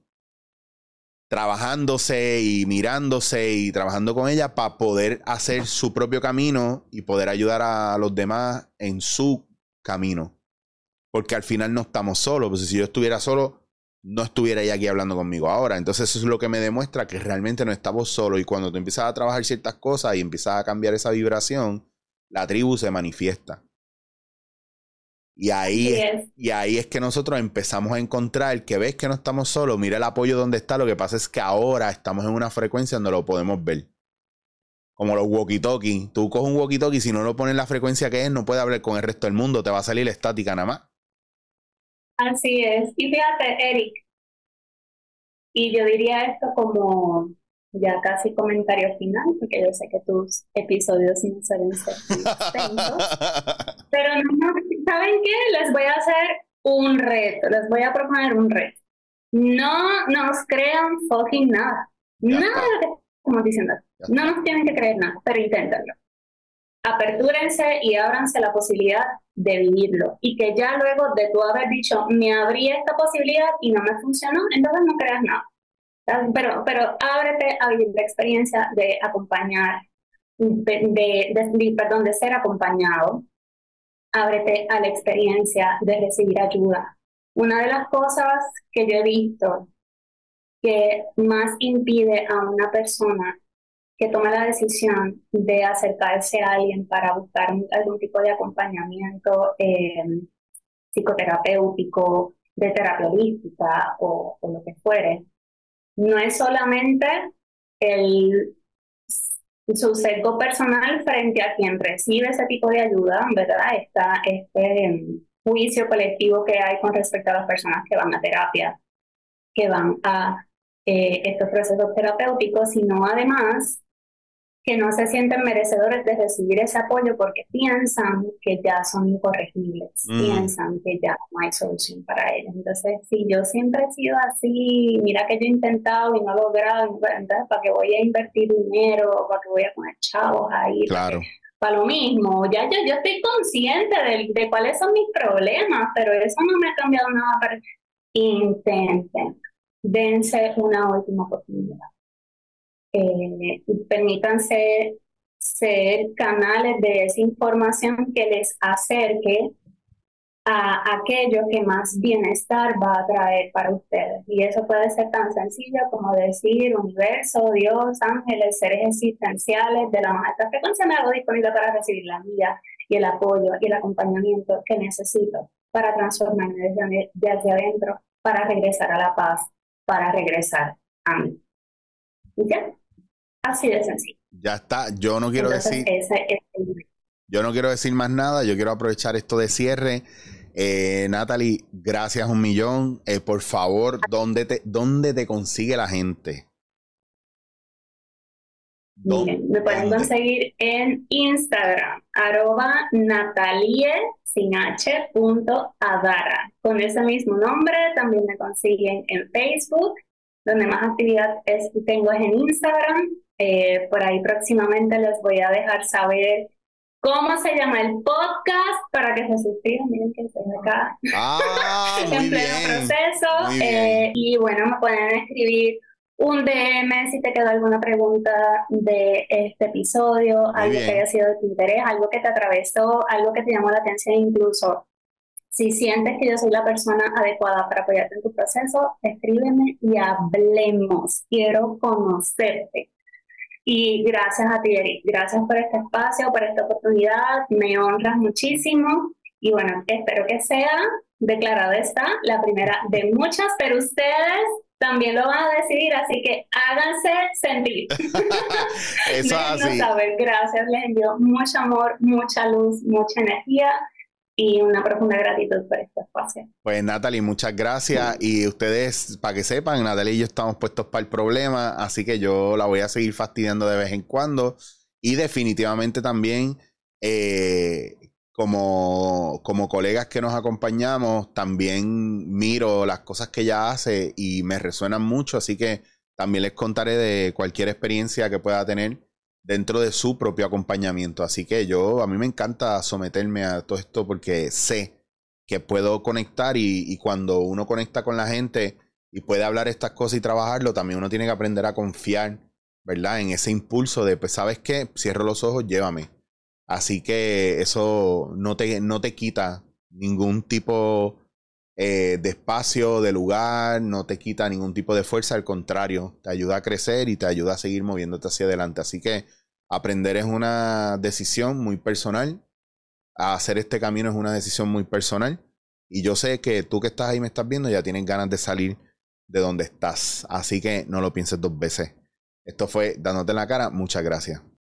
trabajándose y mirándose y trabajando con ella para poder hacer su propio camino y poder ayudar a los demás en su camino. Porque al final no estamos solos. Pues si yo estuviera solo, no estuviera ella aquí hablando conmigo ahora. Entonces eso es lo que me demuestra que realmente no estamos solos. Y cuando tú empiezas a trabajar ciertas cosas y empiezas a cambiar esa vibración, la tribu se manifiesta. Y ahí, es, y ahí es que nosotros empezamos a encontrar que ves que no estamos solos, mira el apoyo donde está, lo que pasa es que ahora estamos en una frecuencia donde lo podemos ver. Como los walkie-talkie. Tú coges un walkie-talkie, si no lo pones en la frecuencia que es, no puedes hablar con el resto del mundo, te va a salir la estática nada más. Así es. Y fíjate, Eric, y yo diría esto como ya casi comentario final, porque yo sé que tus episodios no suelen ser muy extensos. Pero no, ¿saben qué? Les voy a hacer un reto, les voy a proponer un reto. No nos crean fucking nada. Ya nada de lo que estamos diciendo. No nos tienen que creer nada, pero inténtenlo. Apertúrense y ábranse la posibilidad de vivirlo. Y que ya luego de tú haber dicho, me abrí esta posibilidad y no me funcionó, entonces no creas nada. Pero, pero ábrete a vivir la experiencia de acompañar, de, de, de, de, perdón, de ser acompañado. Ábrete a la experiencia de recibir ayuda. Una de las cosas que yo he visto que más impide a una persona que tome la decisión de acercarse a alguien para buscar algún tipo de acompañamiento eh, psicoterapéutico, de terapia holística o, o lo que fuere, no es solamente el su sesgo personal frente a quien recibe ese tipo de ayuda, ¿verdad? Está este um, juicio colectivo que hay con respecto a las personas que van a terapia, que van a eh, estos procesos terapéuticos, sino además que no se sienten merecedores de recibir ese apoyo porque piensan que ya son incorregibles, mm. piensan que ya no hay solución para ellos. Entonces, si yo siempre he sido así, mira que yo he intentado y no he logrado, entonces, ¿para qué voy a invertir dinero? ¿Para qué voy a poner chavos ahí? Claro. Para, para lo mismo, ya yo, yo estoy consciente de, de cuáles son mis problemas, pero eso no me ha cambiado nada. Para... Intenten, dense una última oportunidad. Eh, permítanse ser canales de esa información que les acerque a aquello que más bienestar va a traer para ustedes. Y eso puede ser tan sencillo como decir, universo, Dios, ángeles, seres existenciales de la más alta frecuencia, me hago disponible para recibir la guía y el apoyo y el acompañamiento que necesito para transformarme desde, desde adentro, para regresar a la paz, para regresar a mí. ¿Y ya? Así de sencillo. Ya está. Yo no quiero Entonces, decir... ese es el... Yo no quiero decir más nada. Yo quiero aprovechar esto de cierre. Eh, Natalie, gracias un millón. Eh, por favor, ¿dónde te, ¿dónde te consigue la gente? Miren, me pueden conseguir en Instagram, arroba Natalie, sin H, punto Adara. Con ese mismo nombre también me consiguen en Facebook, donde más actividad es, tengo es en Instagram. Eh, por ahí próximamente les voy a dejar saber cómo se llama el podcast para que se suscriban. Miren que estoy acá ah, muy en pleno bien, proceso. muy bien. Eh, y bueno, me pueden escribir un D M si te quedó alguna pregunta de este episodio, Muy algo bien. que haya sido de tu interés, algo que te atravesó, algo que te llamó la atención, incluso si sientes que yo soy la persona adecuada para apoyarte en tu proceso, escríbeme y hablemos. Quiero conocerte. Y gracias a ti, Eric. Gracias por este espacio, por esta oportunidad. Me honras muchísimo. Y bueno, espero que sea, declarada está, la primera de muchas, pero ustedes también lo van a decidir, así que háganse sentir. Eso así. No saben, gracias, les envío mucho amor, mucha luz, mucha energía y una profunda gratitud por este espacio. Pues Natalie, muchas gracias. Y ustedes, para que sepan, Natalie y yo estamos puestos para el problema, así que yo la voy a seguir fastidiando de vez en cuando. Y definitivamente también, eh, como, como colegas que nos acompañamos, también miro las cosas que ella hace y me resuenan mucho, así que también les contaré de cualquier experiencia que pueda tener dentro de su propio acompañamiento. Así que yo, a mí me encanta someterme a todo esto porque sé que puedo conectar y, y cuando uno conecta con la gente y puede hablar estas cosas y trabajarlo, también uno tiene que aprender a confiar, ¿verdad? En ese impulso de, pues, ¿sabes qué? Cierro los ojos, llévame. Así que eso no te, no te quita ningún tipo eh, de espacio, de lugar, no te quita ningún tipo de fuerza, al contrario, te ayuda a crecer y te ayuda a seguir moviéndote hacia adelante. Así que aprender es una decisión muy personal, a hacer este camino es una decisión muy personal y yo sé que tú que estás ahí me estás viendo ya tienes ganas de salir de donde estás, así que no lo pienses dos veces. Esto fue Dándote en la Cara, muchas gracias.